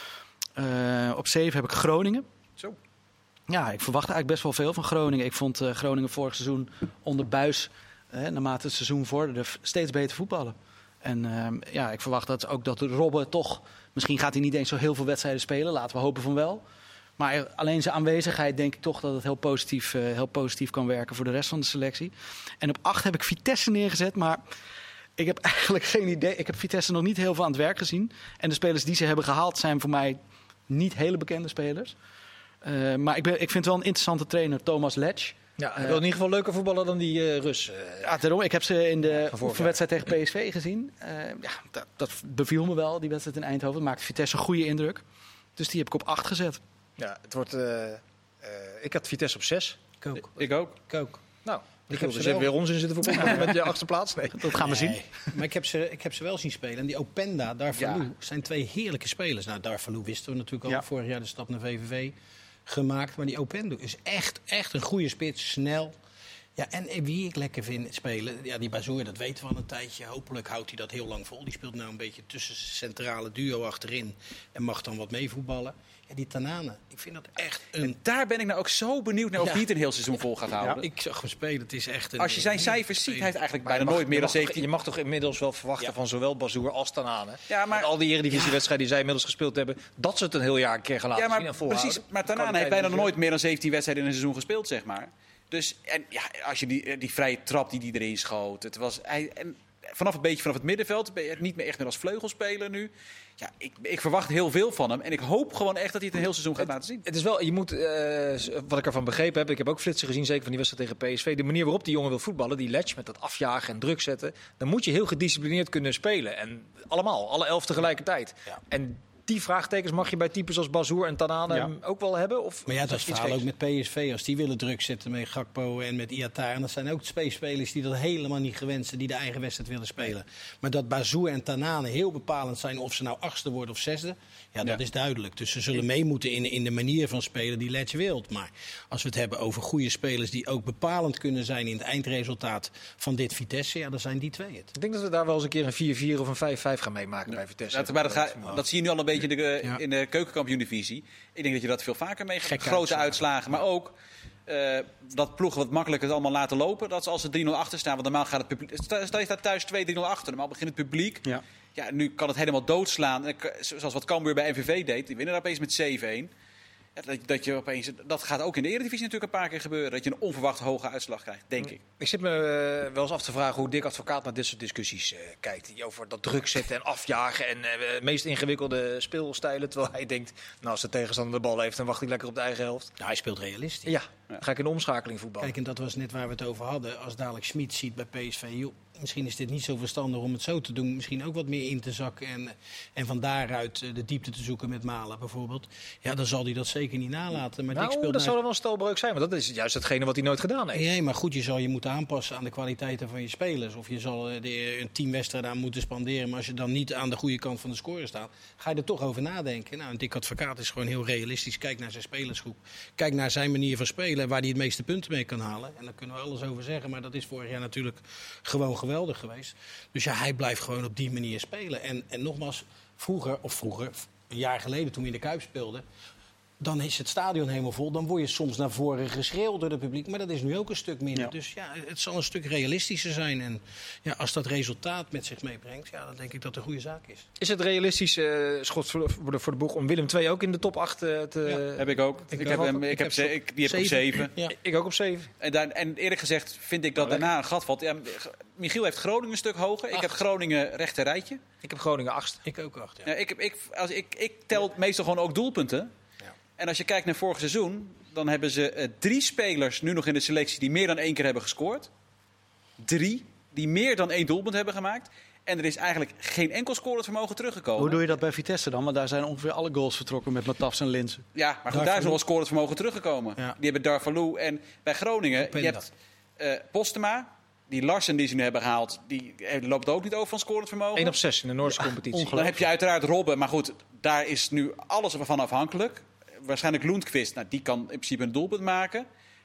Op 7 heb ik Groningen. Zo. Ja, ik verwachtte eigenlijk best wel veel van Groningen. Ik vond Groningen vorig seizoen onder Buijs, naarmate het seizoen vorderde, steeds beter voetballen. En ik verwacht ook dat Robben toch, misschien gaat hij niet eens zo heel veel wedstrijden spelen, laten we hopen van wel. Maar alleen zijn aanwezigheid denk ik toch dat het heel positief kan werken voor de rest van de selectie. En op 8 heb ik Vitesse neergezet, maar ik heb eigenlijk geen idee. Ik heb Vitesse nog niet heel veel aan het werk gezien. En de spelers die ze hebben gehaald zijn voor mij niet hele bekende spelers. Maar ik vind het wel een interessante trainer, Thomas Letch. Ja, hij wil in ieder geval leuker voetballen dan die Rus. Ja, daarom. Ik heb ze in de oefenwedstrijd tegen PSV gezien. Dat beviel me wel, die wedstrijd in Eindhoven. Dat maakte Vitesse een goede indruk. Dus die heb ik op 8 gezet. Ja, het wordt. Ik had Vitesse op 6. Ik ook. Nou, Ik ik heb heb ze ze wel- weer onzin zitten voetballen met je achtste plaats. Nee. Dat gaan we zien. Maar ik heb ze wel zien spelen. En die Openda, Darvalu zijn 2 heerlijke spelers. Nou, Darvalu wisten we natuurlijk al. Ja. Vorig jaar de stap naar VVV gemaakt. Maar die Openda is echt een goede spits. Snel. Ja, en wie ik lekker vind spelen, ja, die Bazoer, dat weten we al een tijdje. Hopelijk houdt hij dat heel lang vol. Die speelt nou een beetje tussen centrale duo achterin en mag dan wat meevoetballen. Ja, die Tanane, ik vind dat echt een... Daar ben ik nou ook zo benieuwd naar of hij niet een heel seizoen vol gaat houden. Ik zag hem spelen, het is echt een... Als je zijn cijfers ziet, hij heeft eigenlijk bijna nooit meer dan 17. Je mag toch inmiddels wel verwachten van zowel Bazoer als Tanane. Ja, maar- Met al die eredivisiewedstrijden die zij inmiddels gespeeld hebben, dat ze het een heel jaar een keer gaan laten Ja, zien maar en volhouden. precies. Maar Tanane Kwaliteit heeft bijna is nog nooit meer dan 17 wedstrijden in een seizoen gespeeld, zeg maar. Dus en ja, als je die vrije trap die erin schoot, het was en vanaf het middenveld ben je niet meer echt meer als vleugelspeler nu. Ja, ik verwacht heel veel van hem en ik hoop gewoon echt dat hij het een heel seizoen gaat laten zien. Het is wel, je moet, wat ik ervan begrepen heb, ik heb ook flitsen gezien, zeker van die wedstrijd tegen PSV. De manier waarop die jongen wil voetballen, die Letch met dat afjagen en druk zetten, dan moet je heel gedisciplineerd kunnen spelen. En allemaal, alle 11 tegelijkertijd. Ja. En die vraagtekens mag je bij types als Bazoer en Tanane ook wel hebben? Of Maar ja, dat is iets het verhaal ook geks? met PSV. Als die willen druk zetten met Gakpo en met Iataren. En dat zijn ook twee spelers die dat helemaal niet gewend zijn. Die de eigen wedstrijd willen spelen. Maar dat Bazoer en Tanane heel bepalend zijn. Of ze nou 8e worden of 6e. Ja, dat is duidelijk. Dus ze zullen mee moeten in de manier van spelen die Letch wilt. Maar als we het hebben over goede spelers die ook bepalend kunnen zijn in het eindresultaat van dit Vitesse. Ja, dan zijn die twee het. Ik denk dat we daar wel eens een keer een 4-4 of een 5-5 gaan meemaken bij Vitesse. Dat zie je nu al een beetje in de keukenkampioen-divisie. Ik denk dat je dat veel vaker meegaat. Gekke Grote uitslagen. uitslagen, maar ook dat ploegen wat makkelijker het allemaal laten lopen. Dat ze als ze 3-0 achter staan, want normaal gaat het publiek... Stel je staat thuis 2-3-0 achter, normaal begint het publiek. Ja. Ja, nu kan het helemaal doodslaan. Zoals wat Cambuur bij MVV deed. Die winnen daar opeens met 7-1. Ja, dat gaat ook in de Eredivisie natuurlijk een paar keer gebeuren. Dat je een onverwacht hoge uitslag krijgt, denk ik. Ik zit me wel eens af te vragen hoe Dick Advocaat naar dit soort discussies kijkt. Die over dat druk zetten en afjagen en meest ingewikkelde speelstijlen. Terwijl hij denkt, nou, als de tegenstander de bal heeft, dan wacht hij lekker op de eigen helft. Nou, hij speelt realistisch. Ja, dan ga ik in de omschakeling voetballen. Kijk, en dat was net waar we het over hadden. Als dadelijk Schmid ziet bij PSV, joh, misschien is dit niet zo verstandig om het zo te doen. Misschien ook wat meer in te zakken en van daaruit de diepte te zoeken met Malen bijvoorbeeld. Ja, dan zal hij dat zeker niet nalaten. Maar Dick Nou, speelt dat zou dan wel een stelbreuk zijn, want dat is juist hetgene wat hij nooit gedaan heeft. Nee, maar goed, je zal je moeten aanpassen aan de kwaliteiten van je spelers. Of je zal een teamwedstrijd aan moeten spanderen. Maar als je dan niet aan de goede kant van de score staat, ga je er toch over nadenken. Nou, een Dick Advocaat is gewoon heel realistisch. Kijk naar zijn spelersgroep. Kijk naar zijn manier van spelen, waar hij het meeste punten mee kan halen. En daar kunnen we alles over zeggen. Maar dat is vorig jaar natuurlijk gewoon geweldig geweest. Dus ja, hij blijft gewoon op die manier spelen. En nogmaals, vroeger, een jaar geleden toen we in de Kuip speelden, dan is het stadion helemaal vol. Dan word je soms naar voren geschreeuwd door het publiek. Maar dat is nu ook een stuk minder. Ja. Dus ja, het zal een stuk realistischer zijn. En ja, als dat resultaat met zich meebrengt, ja, dan denk ik dat het een goede zaak is. Is het realistisch, schot voor de boeg, om Willem II ook in de top 8 te... Heb ik ook. Die heb ik op 7. Ja. Ik ook op 7. En eerlijk gezegd vind ik dat daarna een gat valt. Ja, Michiel heeft Groningen een stuk hoger. Ik heb Groningen rechter rijtje. Ik heb Groningen 8. Ik ook 8. Ja. Ja, ik tel meestal gewoon ook doelpunten. Ja. En als je kijkt naar vorig seizoen, dan hebben ze 3 spelers nu nog in de selectie die meer dan 1 keer hebben gescoord. 3 die meer dan 1 doelpunt hebben gemaakt. En er is eigenlijk geen enkel scorend vermogen teruggekomen. Hoe doe je dat bij Vitesse dan? Want daar zijn ongeveer alle goals vertrokken met Matafs en Linsen. Ja, maar goed, daar is nog wel scorend vermogen teruggekomen. Ja. Die hebben Darvalu. En bij Groningen, je hebt Postema. Die Larsen die ze nu hebben gehaald, die loopt ook niet over van scorend vermogen. 1 op 6 in de Noorse competitie. Dan heb je uiteraard Robben. Maar goed, daar is nu alles van afhankelijk. Waarschijnlijk Lundqvist, nou, die kan in principe een doelpunt maken.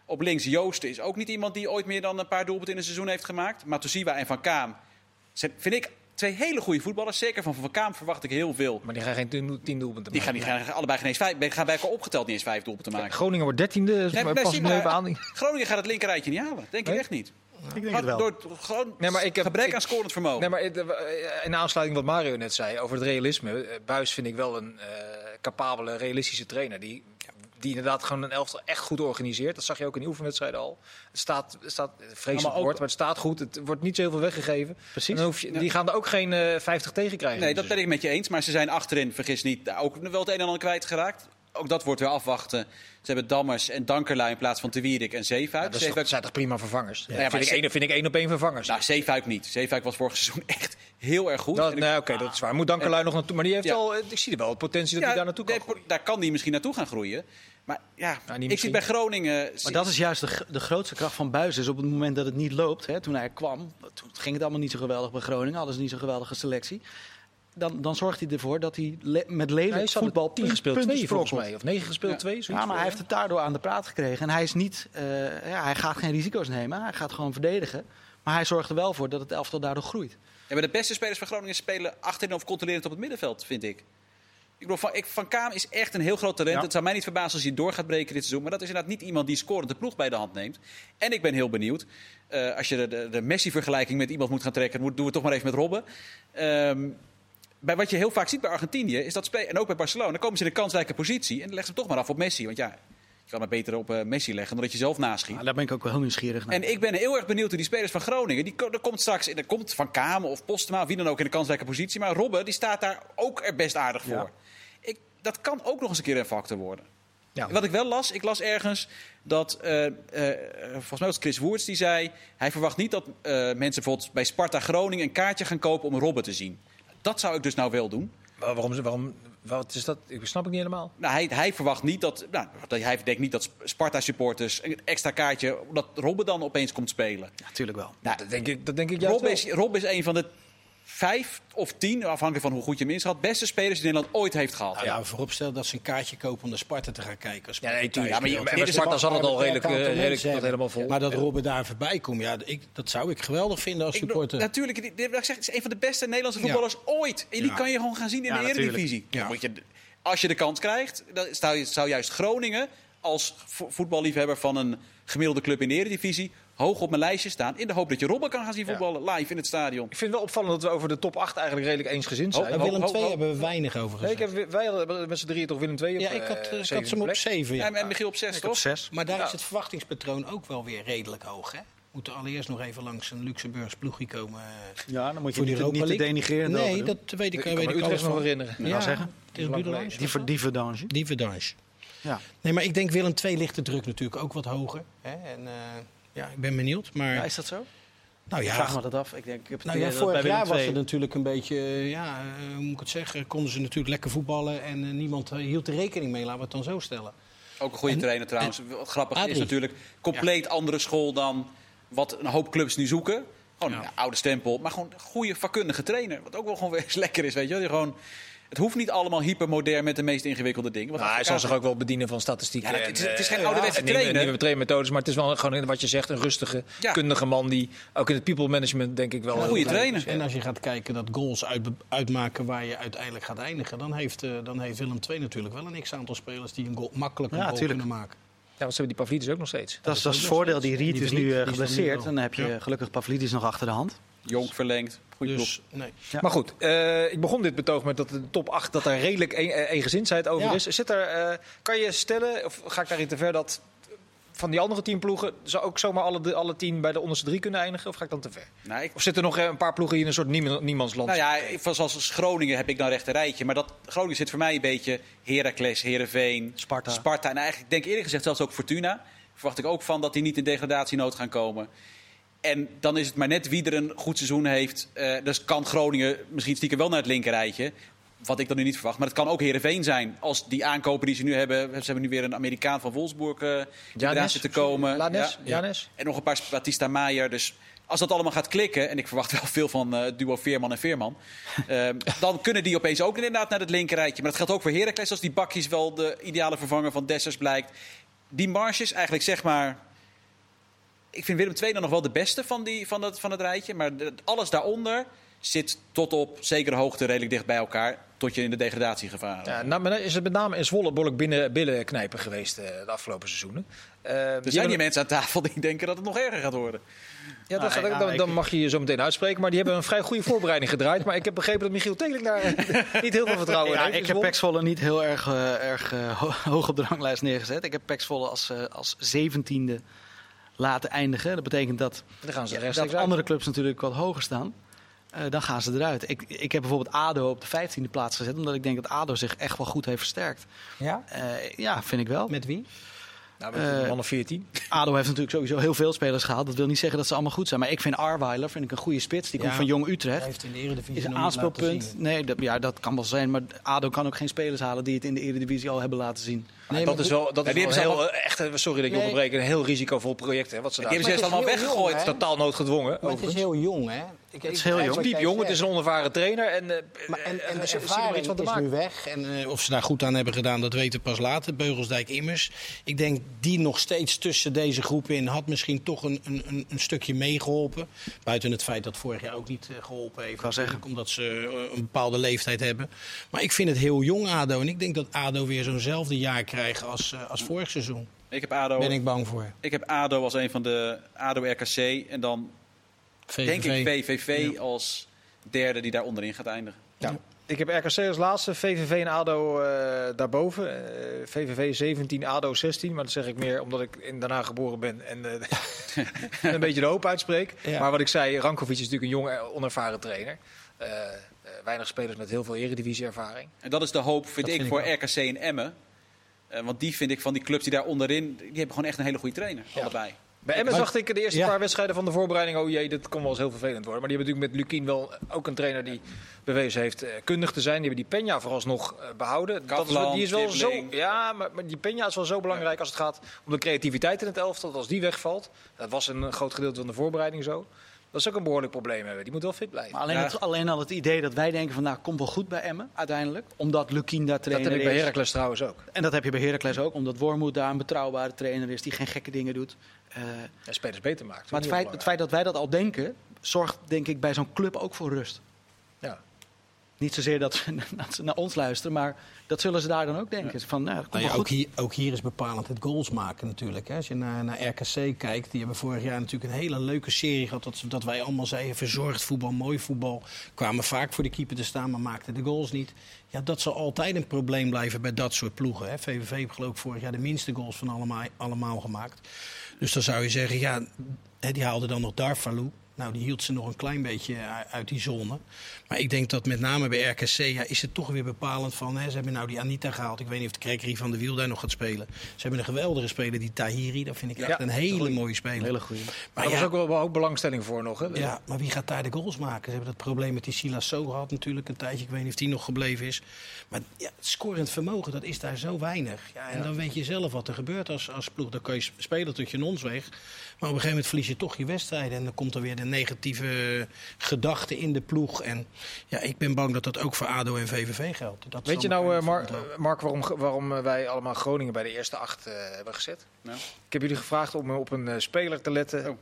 Op links Joosten is ook niet iemand die ooit meer dan een paar doelpunten in een seizoen heeft gemaakt. Matusiwa en Van Kaam vind ik 2 hele goede voetballers. Zeker van Kaam verwacht ik heel veel. Maar die gaan geen 10 doelpunten Die maken. gaan allebei geen eens 5. Gaan bij elkaar opgeteld niet eens 5 doelpunten maken. Groningen wordt 13e. Nee, Pas zie nu maar, even aan. Groningen gaat het linkerrijtje niet halen. Denk ik Nee? echt niet. Ik denk het wel. Door gewoon gebrek aan scorend vermogen. Nee, maar in aansluiting wat Mario net zei over het realisme. Buijs vind ik wel een capabele, realistische trainer. Die inderdaad gewoon een elftal echt goed organiseert. Dat zag je ook in de oefenwedstrijden al. Het staat vreselijk woord, maar het staat goed. Het wordt niet zoveel weggegeven. Precies. En dan die gaan er ook geen 50 tegen krijgen. Nee, dat ben ik met je eens. Maar ze zijn achterin, vergis niet, ook wel het een en ander kwijtgeraakt. Ook dat wordt weer afwachten. Ze hebben Dammers en Dankerlui in plaats van Te Wierik en Zeefuik. Dat zijn toch prima vervangers? Ja, vind ik 1 op 1 vervangers. Nou, Zeefuik niet. Zeefuik was vorig seizoen echt heel erg goed. Dat is waar. Moet Dankerlui nog naartoe. Maar die heeft ik zie er wel het potentie dat hij daar naartoe kan groeien. Daar kan hij misschien naartoe gaan groeien. Maar ja, niet ik zie bij Groningen... Maar dat is juist de grootste kracht van Buijs. Is op het moment dat het niet loopt, toen hij kwam, toen ging het allemaal niet zo geweldig bij Groningen. Hadden ze niet zo'n geweldige selectie. Dan zorgt hij ervoor dat hij met lelijk voetbal 10 gespeeld, 2 volgens sprokkelt. mij. Of 9 gespeeld, 2. Ja, maar hij heeft het daardoor aan de praat gekregen. En hij is niet, hij gaat geen risico's nemen. Hij gaat gewoon verdedigen. Maar hij zorgt er wel voor dat het elftal daardoor groeit. Ja, maar de beste spelers van Groningen spelen achterin of controlerend op het middenveld, vind ik. Ik bedoel, Van Kaam is echt een heel groot talent. Ja. Het zou mij niet verbazen als hij door gaat breken dit seizoen. Maar dat is inderdaad niet iemand die scorend de ploeg bij de hand neemt. En ik ben heel benieuwd. Als je de Messi-vergelijking met iemand moet gaan trekken, doen we het toch maar even met Robben. Bij wat je heel vaak ziet bij Argentinië, is dat en ook bij Barcelona, dan komen ze in een kansrijke positie. En dan leggen ze hem toch maar af op Messi. Want ja, je kan het beter op Messi leggen dan dat je zelf naschiet. Ja, daar ben ik ook wel heel nieuwsgierig naar. En ik ben heel erg benieuwd hoe die spelers van Groningen... Er komt straks Van Kamer of Postema, of wie dan ook in een kansrijke positie. Maar Robben die staat daar ook er best aardig voor. Ja. Dat kan ook nog eens een keer een factor worden. Ja. Wat ik wel las, ik las ergens dat... volgens mij was het Chris Woerts die zei... Hij verwacht niet dat mensen bijvoorbeeld bij Sparta Groningen een kaartje gaan kopen om Robben te zien. Dat zou ik dus nou wel doen. Waarom? Wat is dat? Ik snap het niet helemaal. Nou, hij verwacht niet dat... hij denkt niet dat Sparta-supporters een extra kaartje... dat Robben dan opeens komt spelen. Ja, natuurlijk wel. Nou, dat denk ik juist Rob is een van de 5 of 10, afhankelijk van hoe goed je hem inschat, beste spelers die Nederland ooit heeft gehad. Nou, vooropstellen dat ze een kaartje kopen om naar Sparta te gaan kijken. Ja, nee, tuurlijk. Ja, maar bij Sparta zat het al redelijk helemaal vol. Maar dat Robben daar voorbij komt, dat zou ik geweldig vinden als supporter. Natuurlijk, het is een van de beste Nederlandse voetballers ooit. En die kan je gewoon gaan zien in de Eredivisie. Ja. Als je de kans krijgt, dan zou juist Groningen als voetballiefhebber van een gemiddelde club in de Eredivisie hoog op mijn lijstje staan. In de hoop dat je Robben kan gaan zien voetballen live in het stadion. Ik vind het wel opvallend dat we over de top 8 eigenlijk redelijk eensgezind zijn. Bij Willem II hebben we weinig over gezegd. Wij hadden met z'n drieën toch Willem II op Ja, ik had ze hem op 7. Ja. En Michiel op 6, toch? Op 6. Maar daar is het verwachtingspatroon ook wel weer redelijk hoog. Hè? Moeten allereerst nog even langs een Luxemburgs ploegje komen. Ja, dan moet je voor die niet te League. denigrerend Nee, over doen. dat weet ik, Ik kan me alles Utrecht nog van. herinneren. Ja, zeggen. Het is Budelange. Die verdange. Die Verdange. Ja. Nee, maar ik denk Willem II ligt de druk natuurlijk ook wat hoger. Hè? En ik ben benieuwd. Maar Ja, is dat zo? nou Ik ja, vraag me dat af. Ik denk, ik heb het nou idee ja, dat vorig bij jaar Willem was II- het natuurlijk een beetje, hoe moet ik het zeggen, konden ze natuurlijk lekker voetballen en niemand hield er rekening mee, laten we het dan zo stellen. Ook een goede trainer trouwens. Wat grappig Adrie. is natuurlijk, compleet andere school dan wat een hoop clubs nu zoeken. Gewoon een oude stempel, maar gewoon een goede vakkundige trainer. Wat ook wel gewoon weer eens lekker is, weet je wel. Die gewoon, het hoeft niet allemaal hypermodern met de meest ingewikkelde dingen. Nou, hij zal zich ook wel bedienen van statistieken. Ja, het is geen ouderwetse trainer. Nieuwe trainmethodes, maar het is wel gewoon wat je zegt, een rustige, kundige man die ook in het people management denk ik wel... Een goede trainer. En als je gaat kijken dat goals uitmaken waar je uiteindelijk gaat eindigen, dan heeft Willem II natuurlijk wel een x-aantal spelers die een goal makkelijk een goal kunnen maken. Ja, want ze hebben die Pavlidis ook nog steeds. Dat is het voordeel. Die Riet is nu geblesseerd. wel. En dan heb je gelukkig Pavlidis nog achter de hand. Jong verlengd. Goeie Dus nee. Ja. Maar goed, ik begon dit betoog met dat de top 8 dat daar redelijk eengezindheid over is. Kan je stellen, of ga ik daarin te ver, dat van die andere 10 ploegen zou ook zomaar alle 10 bij de onderste 3 kunnen eindigen? Of ga ik dan te ver? Nou, Of zitten er nog een paar ploegen hier in een soort niemandsland? Nou ja, zoals Groningen heb ik dan recht een rijtje. Maar Groningen zit voor mij een beetje Heracles, Heerenveen, Sparta. En eigenlijk denk ik eerlijk gezegd zelfs ook Fortuna. Verwacht ik ook van dat die niet in degradatienood gaan komen. En dan is het maar net wie er een goed seizoen heeft. Dus kan Groningen misschien stiekem wel naar het linkerrijtje. Wat ik dan nu niet verwacht. Maar het kan ook Heerenveen zijn. Als die aankopen die ze nu hebben. Ze hebben nu weer een Amerikaan van Wolfsburg die eraan zit te komen. Janes. En nog een paar Batista Meijer. Dus als dat allemaal gaat klikken. En ik verwacht wel veel van het duo Veerman en Veerman. Dan kunnen die opeens ook inderdaad naar het linkerrijtje. Maar dat geldt ook voor Heracles. Als die Bakkies wel de ideale vervanger van Dessers blijkt. Die marges eigenlijk zeg maar ik vind Willem II dan nog wel de beste van het rijtje. Maar alles daaronder zit tot op zekere hoogte redelijk dicht bij elkaar. Tot je in de degradatiegevaar. Ja, nou, maar is het met name in Zwolle behoorlijk billen knijpen geweest de afgelopen seizoenen. Er zijn hier mensen aan tafel die denken dat het nog erger gaat worden. Ja, dan mag je je zo meteen uitspreken. Maar die hebben een vrij goede voorbereiding gedraaid. Maar ik heb begrepen dat Michiel Teling daar niet heel veel vertrouwen in heeft. Ik heb PEC Zwolle niet heel erg hoog op de ranglijst neergezet. Ik heb PEC Zwolle als 17e laten eindigen. Dat betekent dat andere clubs natuurlijk wat hoger staan. Dan gaan ze eruit. Ik heb bijvoorbeeld ADO op de 15e plaats gezet. Omdat ik denk dat ADO zich echt wel goed heeft versterkt. Ja? Ja, vind ik wel. Met wie? Nou, met een man of 14. ADO heeft natuurlijk sowieso heel veel spelers gehaald. Dat wil niet zeggen dat ze allemaal goed zijn. Maar ik vind Arweiler een goede spits. Die komt van Jong Utrecht. Hij heeft in de Eredivisie is een nog niet aanspeelpunt. laten zien. Nee, dat kan wel zijn. Maar ADO kan ook geen spelers halen die het in de Eredivisie al hebben laten zien. Nee, Dat is wel allemaal- echt, sorry dat ik je onderbreek, een heel risicovol project. Hè, wat ze Die daar hebben ze juist allemaal heel jong, weggegooid. hè? totaal noodgedwongen. Maar het is heel jong, hè? Het is heel jong. Piepjong, het is een onervaren trainer. En En er zit er ervaring iets van te is maken. nu weg. En of ze daar goed aan hebben gedaan, dat weten we pas later. Beugelsdijk immers. Ik denk die nog steeds tussen deze groepen in had misschien toch een stukje meegeholpen. Buiten het feit dat vorig jaar ook niet geholpen heeft. wou zeggen. Omdat ze een bepaalde leeftijd hebben. Maar ik vind het heel jong, ADO. En ik denk dat ADO weer zo'nzelfde jaar krijgt als vorig seizoen. Ik heb ADO, Ben ik bang voor. ik heb ADO als een van de ADO-RKC. En dan denk ik VVV als derde die daar onderin gaat eindigen. Ja. Ik heb RKC als laatste, VVV en ADO daarboven. VVV 17, ADO 16. Maar dat zeg ik meer omdat ik in Den Haag geboren ben en een beetje de hoop uitspreek. Ja. Maar wat ik zei, Rankovic is natuurlijk een jonge, onervaren trainer. Weinig spelers met heel veel eredivisie-ervaring. En dat is de hoop, vind Dat ik, vind voor ik RKC en Emmen. Want die vind ik van die clubs die daar onderin, die hebben gewoon echt een hele goede trainer. Ja. Allebei. Bij Emmen zag ik de eerste Ja. paar wedstrijden van de voorbereiding. Oh jee, dit kon wel eens heel vervelend worden. Maar die hebben natuurlijk met Lukien wel ook een trainer die bewezen heeft kundig te zijn. Die hebben die Peña vooralsnog behouden. Kaplan, Die is wel zo. Kipling. Ja, maar die Peña is wel zo belangrijk als het gaat om de creativiteit in het elftal. Als die wegvalt, dat was een groot gedeelte van de voorbereiding zo. Dat is ook een behoorlijk probleem hebben. Die moet wel fit blijven. Maar alleen al het idee dat wij denken van nou, komt wel goed bij Emmen uiteindelijk. Omdat Lukien daar Dat trainer heb ik bij is. Heracles trouwens ook. En dat heb je bij Heracles ook. Omdat Wormoed daar een betrouwbare trainer is die geen gekke dingen doet. En spelers beter maakt. Maar het feit dat wij dat al denken, zorgt denk ik bij zo'n club ook voor rust. Ja. Niet zozeer dat ze naar ons luisteren, maar dat zullen ze daar dan ook denken. Van, nou, dat komt Nou ja, wel goed. ook hier is bepalend het goals maken natuurlijk. Hè. Als je naar RKC kijkt, die hebben vorig jaar natuurlijk een hele leuke serie gehad. Dat wij allemaal zeiden, verzorgd voetbal, mooi voetbal. Kwamen vaak voor de keeper te staan, maar maakten de goals niet. Ja, dat zal altijd een probleem blijven bij dat soort ploegen. Hè. VVV heeft geloof ik vorig jaar de minste goals van allemaal gemaakt. Dus dan zou je zeggen, ja, die haalde dan nog Darvalu. Nou, die hield ze nog een klein beetje uit die zone. Maar ik denk dat met name bij RKC is het toch weer bepalend van... Ze hebben nou die Anita gehaald. Ik weet niet of de Krekkerie van de Wiel daar nog gaat spelen. Ze hebben een geweldige speler, die Tahiri. Dat vind ik echt een hele mooie speler. Een hele goede. Maar Daar ja, was ook wel ook belangstelling voor nog. Hè? ja, maar wie gaat daar de goals maken? Ze hebben dat probleem met die Silas So gehad natuurlijk een tijdje. Ik weet niet of die nog gebleven is. Maar ja, het scorend vermogen, dat is daar zo weinig. Ja, en dan weet je zelf wat er gebeurt als ploeg. Dan kan je spelen tot je nons weg. Maar op een gegeven moment verlies je toch je wedstrijden. En dan komt er weer de negatieve gedachte in de ploeg. En ja, ik ben bang dat dat ook voor ADO en VVV geldt. Dat Weet je zal nou, elkaar niet Mark, waarom wij allemaal Groningen bij de eerste 8 hebben gezet? Nou. Ik heb jullie gevraagd om op een speler te letten.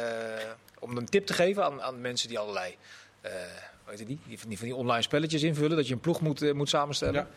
Om een tip te geven aan mensen die allerlei weet je die van die online spelletjes invullen. Dat je een ploeg moet samenstellen.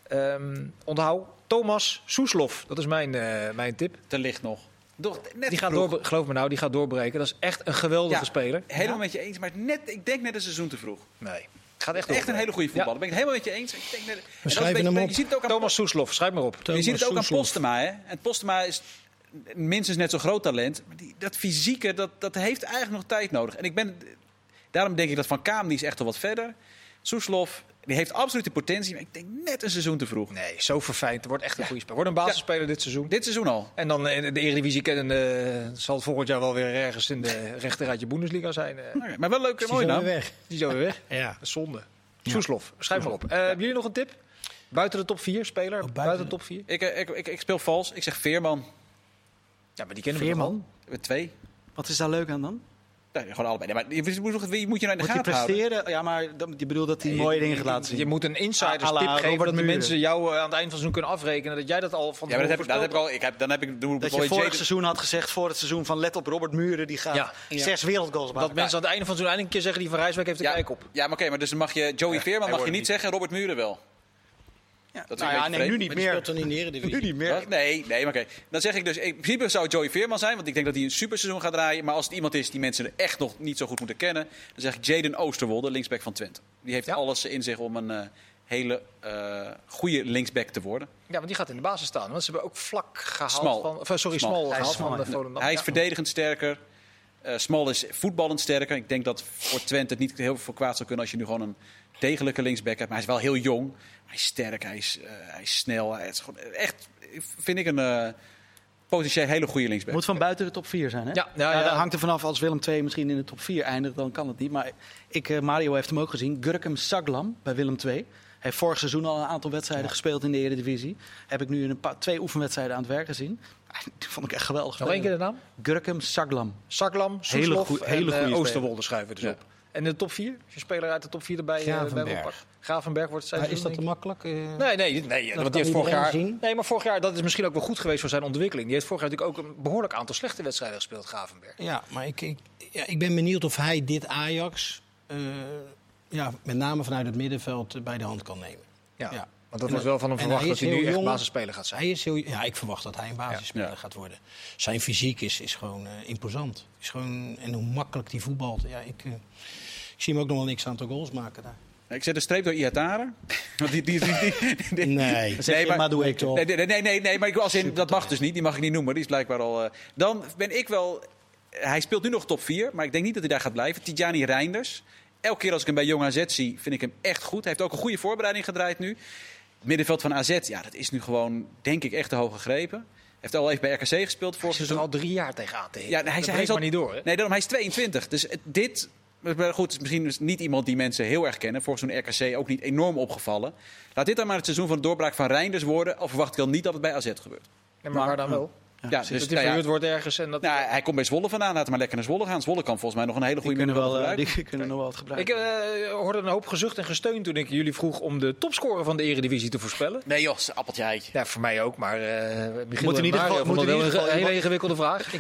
Onthoud, Thomas Soeslof. Dat is mijn tip. Te licht nog. Net Die gaat geloof me nou, die gaat doorbreken. Dat is echt een geweldige speler. Helemaal met je eens, maar ik denk net een seizoen te vroeg. Nee. Het gaat echt, Echt een hele goede voetballer. Ben ik het helemaal met je eens. Ik denk net, en dat is schrijven een beetje- hem op. Je ziet het ook aan Thomas Soeslof, schrijf maar op. Je ziet het ook aan Soeslof. Postema. Hè? En Postema is minstens net zo'n groot talent. Maar dat fysieke, dat heeft eigenlijk nog tijd nodig. En daarom denk ik dat Van Kaam, die is echt al wat verder. Soeslof, die heeft absoluut de potentie. Maar ik denk net een seizoen te vroeg. Nee, zo verfijnd. Het wordt echt een goede speler. Wordt een basisspeler dit seizoen. Dit seizoen al. En dan in de Eredivisie zal het volgend jaar wel weer ergens in de rechterrijtje Bundesliga zijn. Okay, maar wel leuk en Die mooi zijn naam. weer weg. Die is alweer weg. Ja. Dat is zonde. Soeslof, schrijf maar op. Hebben jullie nog een tip? Buiten de top 4 speler? Buiten de top 4? Ik speel vals. Ik zeg Veerman. Ja, maar die kennen we toch al? Veerman, 2. wat is daar leuk aan dan? Nee, gewoon allebei. Nee, maar je moet je nou in de Moet hij gaten houden. presteren? Ja, maar je bedoelt dat hij mooie dingen gaat laten zien. Je moet een insiders À la tip geven Robert dat de Muren. mensen jou aan het eind van het seizoen kunnen afrekenen. Dat jij dat al van Ja, maar tevoren dat heb ik al. Dat je vorig seizoen had gezegd, voor het seizoen, van let op Robert Muren, die gaat 6 wereldgoals maken. Dat mensen aan het einde van het seizoen eindelijk een keer zeggen die Van Rijswijk heeft de kijk op. Ja, maar oké, maar dus dan mag je Joey Veerman mag je niet zeggen, Robert Muren wel. Ja. Dat is Nou een ja, beetje nee, nu vreemd. niet Maar die meer. speelt dan in de Eredivisie. Nu niet meer. Wat? Nee, maar oké. Dan zeg ik dus, in principe zou het Joey Veerman zijn, want ik denk dat hij een superseizoen gaat draaien. Maar als het iemand is die mensen er echt nog niet zo goed moeten kennen, dan zeg ik Jaden Oosterwolde, linksback van Twente. Die heeft alles in zich om een hele goede linksback te worden. Ja, want die gaat in de basis staan. Want ze hebben ook vlak gehaald Smal. Smal Hij is gehaald smal, van de ja. Volendam. Hij is Ja. verdedigend sterker. Smal is voetballend sterker. Ik denk dat voor Twente het niet heel veel kwaad zou kunnen als je nu gewoon een degelijke linksback hebt. Maar hij is wel heel jong. Hij is sterk, hij is snel. Hij is gewoon echt, vind ik, een potentieel hele goede linksback. Moet van buiten de top 4 zijn, hè? Ja. Dat hangt er vanaf. Als Willem II misschien in de top 4 eindigt, dan kan het niet. Maar Mario heeft hem ook gezien. Gurkem Saglam bij Willem II. Hij heeft vorig seizoen al een aantal wedstrijden gespeeld in de Eredivisie. Heb ik nu in 2 oefenwedstrijden aan het werk gezien. Die vond ik echt geweldig. Nog één keer de naam? Gurkem Saglam. Saklam, Soeslof hele goede en speler. Oosterwolde schuiven dus Ja. op. En de top 4? Als je speler uit de top 4 erbij Gravenberg. bij wil pakken. Gravenberg wordt het Maar seizoen. is dat te makkelijk? Nee, want kan die heeft vorig iedereen jaar. zien. Nee, maar vorig jaar, dat is misschien ook wel goed geweest voor zijn ontwikkeling. Die heeft vorig jaar natuurlijk ook een behoorlijk aantal slechte wedstrijden gespeeld, Gravenberg. Ja, maar ik ben benieuwd of hij dit Ajax met name vanuit het middenveld bij de hand kan nemen. Ja. Want dat wordt wel van hem En verwacht hij dat is hij nu heel echt jong. basisspeler gaat zijn. Hij is ik verwacht dat hij een basisspeler Ja. gaat worden. Zijn fysiek is gewoon imposant. En hoe makkelijk die voetbalt. Ja, ik zie hem ook nog wel niks aantal goals maken daar. Ik zet een streep door Iataren. Want die Nee. Zeg je Madueke. Nee, maar ik als in, dat mag dus niet. Die mag ik niet noemen. Die is blijkbaar al. Dan ben ik wel. Hij speelt nu nog top 4, maar ik denk niet dat hij daar gaat blijven. Tidjani Reinders. Elke keer als ik hem bij Jong AZ zie, vind ik hem echt goed. Hij heeft ook een goede voorbereiding gedraaid nu. Het middenveld van AZ, ja, dat is nu gewoon, denk ik, echt te hoog gegrepen. Hij heeft al even bij RKC gespeeld vorig Hij zit er seizoen. al 3 jaar tegenaan te hikken. Ja, hij is is al maar niet door, hè? Nee, daarom, hij is 22. Dus dit. Maar goed, het is misschien niet iemand die mensen heel erg kennen. Vorig seizoen RKC ook niet enorm opgevallen. Laat dit dan maar het seizoen van de doorbraak van Reinders worden. Of verwacht ik dan niet dat het bij AZ gebeurt. Nee, maar waar dan wel? Ja, Dus dus dat hij verhuurd wordt ergens. En dat... nou, hij komt bij Zwolle vandaan. Laat hem maar lekker naar Zwolle gaan. Zwolle kan volgens mij nog een hele Die goede kunnen, middenvelder wel, gebruiken. die kunnen nog wel wat gebruiken. Ik hoorde een hoop gezucht en gesteun toen ik jullie vroeg om de topscorer van de Eredivisie te voorspellen. Nee joh, appeltje eitje. Ja, voor mij ook, maar Michiel Moet in en ieder Mario geval- vonden moet in wel ieder geval een hele iemand- ingewikkelde vraag.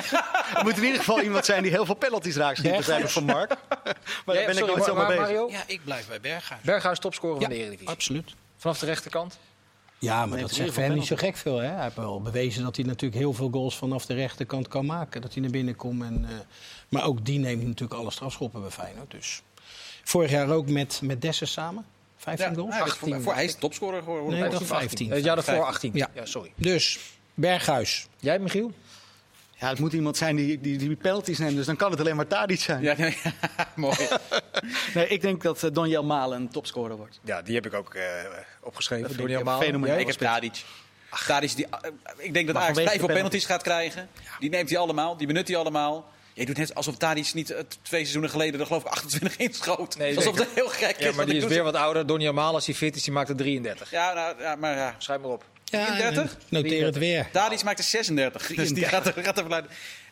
Er moet in ieder geval iemand zijn die heel veel penalties raakt schiet, begrijp ik van Mark. Maar daar ben ik nooit zo mee bezig. Mario? Ja, ik blijf bij Berghuis. Berghuis topscorer van Ja, de Eredivisie. absoluut. Vanaf de rechterkant. Ja, maar Neemt dat in zegt ieder voor hem niet zo geval gek veel. Hè? Hij heeft wel bewezen dat hij natuurlijk heel veel goals vanaf de rechterkant kan maken. Dat hij naar binnen komt. Maar ook die neemt natuurlijk alle strafschoppen bij Feyenoord. Dus. Vorig jaar ook met Dessers samen. 15 goals? Hij is topscorer geworden. Nee, Hij dat is 15. Het jaar daarvoor 18. Ja. Ja, sorry. Dus Berghuis. Jij, Michiel? Ja, het moet iemand zijn die penalties neemt, dus dan kan het alleen maar Tadic zijn. Ja, nee, mooi. Nee, ik denk dat Donjel Malen een topscorer wordt. Ja, die heb ik ook opgeschreven. Dat Door vind die ik allemaal. fenomenaal. Ik heb Tadic. Tadic ik denk dat Maar Ajax vanwege 5 de penalties gaat krijgen. Die neemt hij allemaal, die benut hij allemaal. Je doet net alsof Tadic niet 2 seizoenen geleden er geloof ik 28 inschoot. Nee, alsof zeker. dat heel gek is. Ja, maar die is weer wat ouder. Donny Malen, als hij fit is, die maakt er 33. Ja, nou, ja, maar ja. Schrijf maar op. 33? Noteer het weer. Tadic maakt er 36. Dus die gaat er vanuit.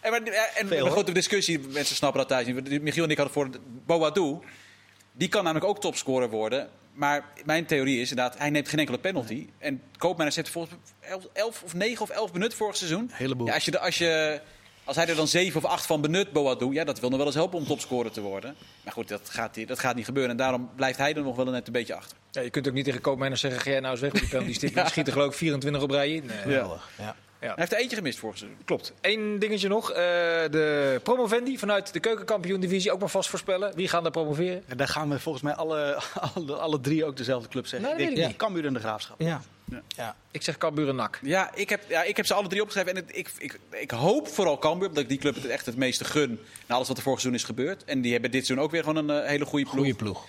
Maar goed, de discussie, mensen snappen dat thuis niet. Michiel en ik hadden voor Boadu. Die kan namelijk ook topscorer worden. Maar mijn theorie is inderdaad, hij neemt geen enkele penalty. En Koopmeiners heeft volgens mij 11 of 9 of 11 benut vorig seizoen. Heleboel. Ja, als hij er dan 7 of 8 van benut, Boadu, ja, dat wil nog wel eens helpen om topscorer te worden. Maar goed, dat gaat niet gebeuren. En daarom blijft hij er nog wel net een beetje achter. Ja, je kunt ook niet tegen Koopmeiners zeggen, ga jij nou eens weg met die penalty stip. Die schiet er geloof ik 24 op rij in. Ja. Ja. Hij heeft er eentje gemist vorig seizoen. Klopt. Eén dingetje nog. De promovendi vanuit de keukenkampioen-divisie ook maar vast voorspellen. Wie gaan er promoveren? En daar gaan we volgens mij alle 3 ook dezelfde club zeggen. Nee, dat weet ik niet. Cambuur en de Graafschap. Ja. Ik zeg Cambuur en NAC. Ja, ik heb ze alle 3 opgeschreven. En ik hoop vooral Cambuur, omdat ik die club het echt het meeste gun. Na alles wat er vorig seizoen is gebeurd. En die hebben dit seizoen ook weer gewoon een hele goede ploeg. Goeie ploeg.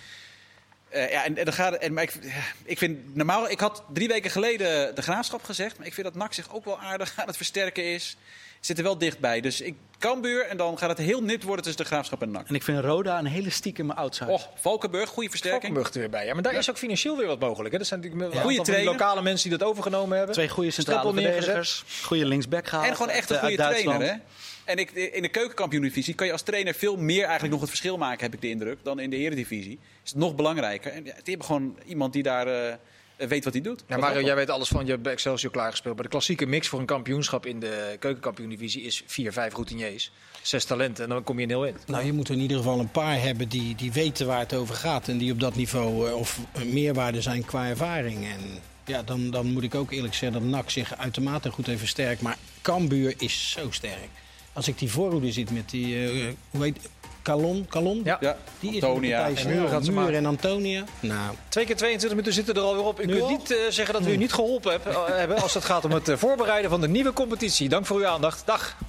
Maar ik vind normaal. Ik had 3 weken geleden de Graafschap gezegd. Maar ik vind dat NAC zich ook wel aardig aan het versterken is. Zit er wel dichtbij. Dus Cambuur en dan gaat het heel nip worden tussen de Graafschap en NAC. En ik vind Roda een hele stiekeme outsider. Valkenburg, goede versterking. Valkenburg er weer bij. Ja, maar daar is ook financieel weer wat mogelijk. Hè. Er zijn natuurlijk een aantal van die trainer. lokale mensen die dat overgenomen hebben. 2 goede centrale Streppel neergezet. verdedigers. Goede linksback gehaald. En gewoon echt een uit goede trainer. Duitsland. Hè? En in de keukenkampioen-divisie kan je als trainer veel meer eigenlijk nog het verschil maken, heb ik de indruk, dan in de eredivisie. Is het nog belangrijker. En die hebben gewoon iemand die daar weet wat hij doet. Ja, Mario, jij weet alles van. Je hebt bij Excelsior klaargespeeld. Maar de klassieke mix voor een kampioenschap in de keukenkampioen-divisie is 4, 5 routiniers. 6 talenten en dan kom je in heel in. Nou, je moet er in ieder geval een paar hebben die weten waar het over gaat. En die op dat niveau of meerwaarde zijn qua ervaring. En ja, dan moet ik ook eerlijk zeggen dat NAC zich uitermate goed heeft versterkt. Maar Cambuur is zo sterk. Als ik die voorhoede ziet met die, hoe heet Calon? Ja. Die Antonia. is En Muur en Antonia. Nou, 2 keer 22 minuten zitten er alweer op. U kunt niet zeggen dat we u niet geholpen hebben als het gaat om het voorbereiden van de nieuwe competitie. Dank voor uw aandacht. Dag.